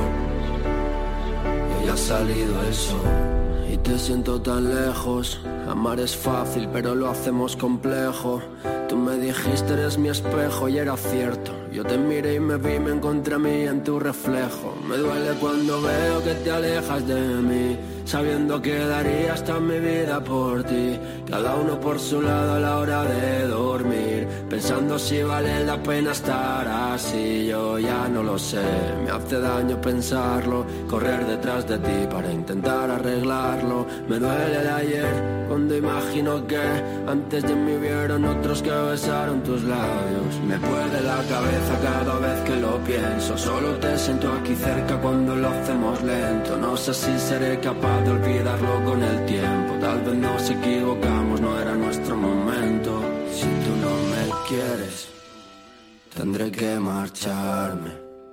Hoy ha salido el sol. Y te siento tan lejos. Amar es fácil pero lo hacemos complejo. Tú me dijiste eres mi espejo y era cierto. Yo te miré y me vi, me encontré a mí en tu reflejo. Me duele cuando veo que te alejas de mí, sabiendo que daría hasta mi vida por ti. Cada uno por su lado a la hora de dormir, pensando si vale la pena estar así. Yo ya no lo sé, me hace daño pensarlo, correr detrás de ti para intentar arreglarlo. Me duele el ayer cuando imagino que antes de mí vieron otros que besaron tus labios. Me puede la cabeza cada vez que lo pienso, solo te siento aquí cerca cuando lo hacemos lento. No sé si seré capaz de olvidarlo con el tiempo, tal vez nos equivocamos, no era nuestro momento. Si tú no me quieres, tendré que marcharme.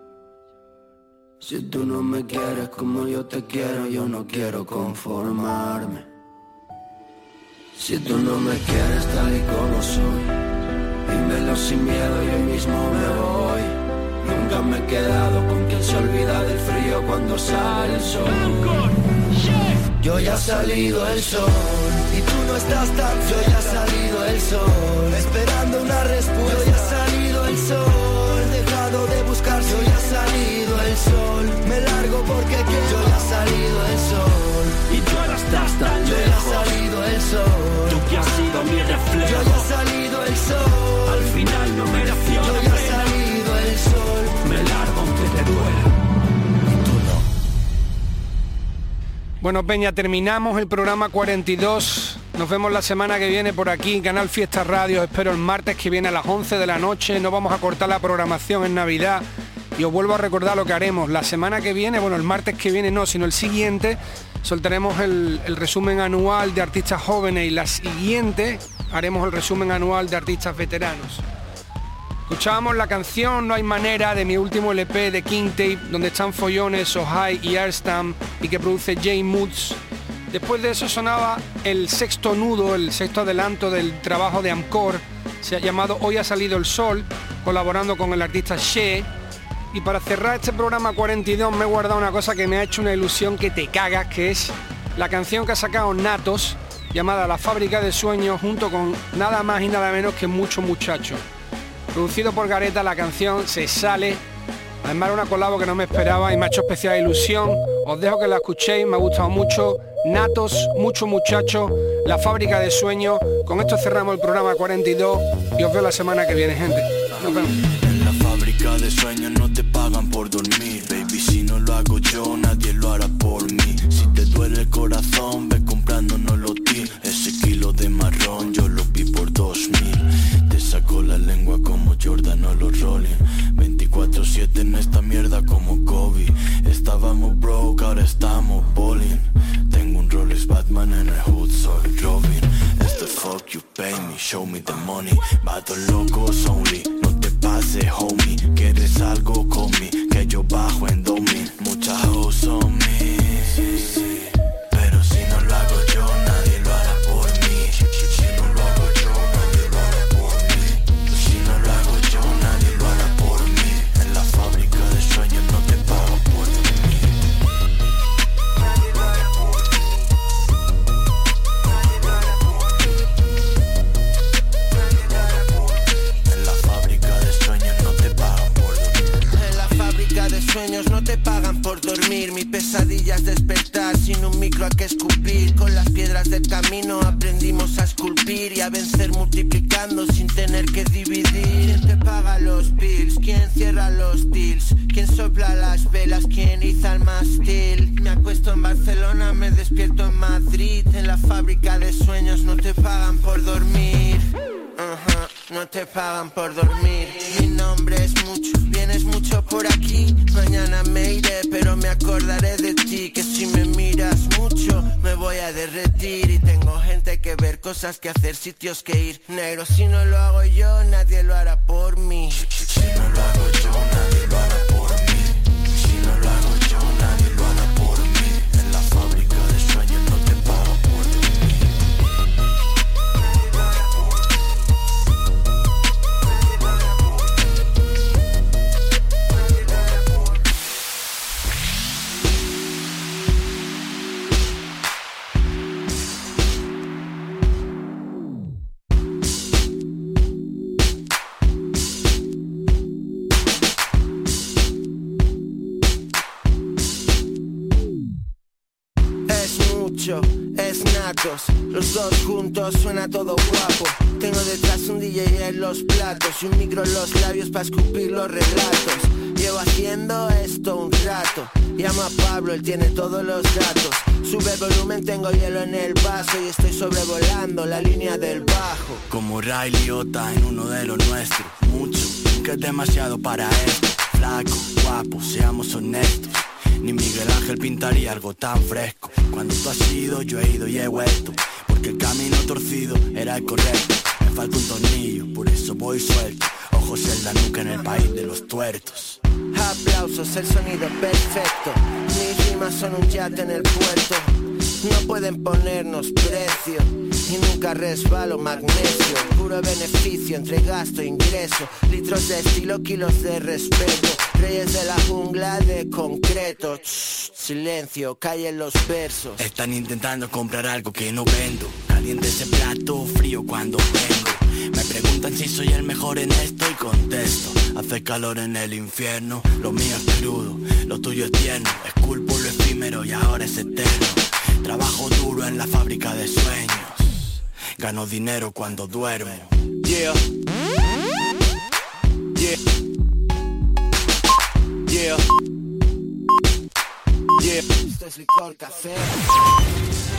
Si tú no me quieres como yo te quiero, yo no quiero conformarme. Si tú no me quieres tal y como soy, dímelo sin miedo y hoy mismo me voy. Nunca me he quedado con quien se olvida del frío cuando sale el sol. Yo ya ha salido el sol y tú no estás tan cerca. Yo ya ha salido el sol esperando una respuesta. Yo ya ha salido el sol, he dejado de buscar Bueno, Peña, terminamos el programa cuarenta y dos. Nos vemos la semana que viene por aquí en Canal Fiesta Radio. Espero el martes que viene a las once de la noche. No vamos a cortar la programación en Navidad. Y os vuelvo a recordar lo que haremos. La semana que viene, bueno, el martes que viene no, sino el siguiente, soltaremos el, el resumen anual de artistas jóvenes y la siguiente haremos el resumen anual de artistas veteranos. Escuchábamos la canción No hay manera de mi último L P de King Tape, donde están Follones, Sohai y Airstam y que produce Jay Moods. Después de eso sonaba el sexto nudo, el sexto adelanto del trabajo de Amcor, se ha llamado Hoy ha salido el sol, colaborando con el artista She. Y para cerrar este programa cuarenta y dos me he guardado una cosa que me ha hecho una ilusión que te cagas, que es la canción que ha sacado Natos, llamada La Fábrica de Sueños, junto con nada más y nada menos que Mucho Muchacho. Producido por Gareta, la canción Se Sale. Además era una colabo que no me esperaba y me ha hecho especial ilusión. Os dejo que la escuchéis, me ha gustado mucho. Natos, Mucho Muchacho, La Fábrica de Sueños. Con esto cerramos el programa cuarenta y dos y os veo la semana que viene, gente. Nos vemos. En la fábrica de sueños no te pagan por dormir, baby, si no lo hago yo nadie lo hará por mí. Si te duele el corazón ve comprándonos los ti. Ese kilo de marrón yo lo vi por dos mil. Te saco la lengua como Jordan o los Rolling. veinticuatro siete en esta mierda como Kobe. Estábamos broke, ahora estamos bowling. Tengo un Rolex Batman en el hood, soy Robin. Este fuck you pay me, show me the money. Vatos locos only, no te pases homie. ¿Quieres algo con me? Que yo bajo en domi. Muchas hoes son me, sí, sí. Pero si no lo hago yo nadie lo hará por mí. Si no lo hago yo nadie lo hará por mí. Si no lo hago yo nadie lo hará por mí. En la fábrica de sueños no te pago por dormir. Nadie lo hará por mí. Nadie lo hará por mí. Nadie lo hará por mí. En la fábrica de sueños no te pagan por dormir. En la fábrica de sueños no te pagan por dormir. Mi pesadilla es despertar sin un micro a que escupir. Con las piedras del camino aprendimos a esculpir y a vencer multiplicando sin tener que dividir. ¿Quién te paga los bills? ¿Quién cierra los deals? ¿Quién sopla las velas? ¿Quién iza el mástil? Me acuesto en Barcelona, me despierto en Madrid. En la fábrica de sueños no te pagan por dormir. Uh-huh, no te pagan por dormir. Mi nombre es mucho, vienes mucho por aquí. Mañana me iré, pero me acordaré de ti. Que si me miras mucho, me voy a derretir. Y tengo gente que ver, cosas que hacer, sitios que ir. Negro, si no lo hago yo, nadie lo hará por mí. Si no lo hago yo, nadie lo hará por mí. Si no lo hago yo, nadie lo hará por mí. En la fábrica de sueños no te pago por dormir. Nadie lo hará por mí. Nadie lo hará por mí. Nadie lo hará por mí. Es Natos, los dos juntos suena todo guapo. Tengo detrás un D J en los platos y un micro en los labios para escupir los relatos. Llevo haciendo esto un rato. Llamo a Pablo, él tiene todos los datos. Sube el volumen, tengo hielo en el vaso y estoy sobrevolando la línea del bajo. Como Ray Liotta en uno de los nuestros. Mucho, nunca es demasiado para esto. Flaco, guapo, seamos honestos. Ni Miguel Ángel pintaría algo tan fresco. Cuando tú has ido, yo he ido y he vuelto. Porque el camino torcido era el correcto. Me falta un tornillo, por eso voy suelto. Ojos en la nuca en el país de los tuertos. Aplausos, el sonido perfecto. Mis rimas son un yate en el puerto. No pueden ponernos precio y nunca resbalo magnesio. Puro beneficio entre gasto e ingreso. Litros de estilo, kilos de respeto. Reyes de la jungla de concreto. Shh, silencio, callen los versos. Están intentando comprar algo que no vendo. Caliente ese plato, frío cuando vengo. Me preguntan si soy el mejor en esto y contesto. Hace calor en el infierno, lo mío es crudo, lo tuyo es tierno. Esculpo lo efímero y ahora es eterno. Trabajo duro en la fábrica de sueños. Gano dinero cuando duermo. Yeah. Yeah. Yeah. Yeah. Esto es licor café.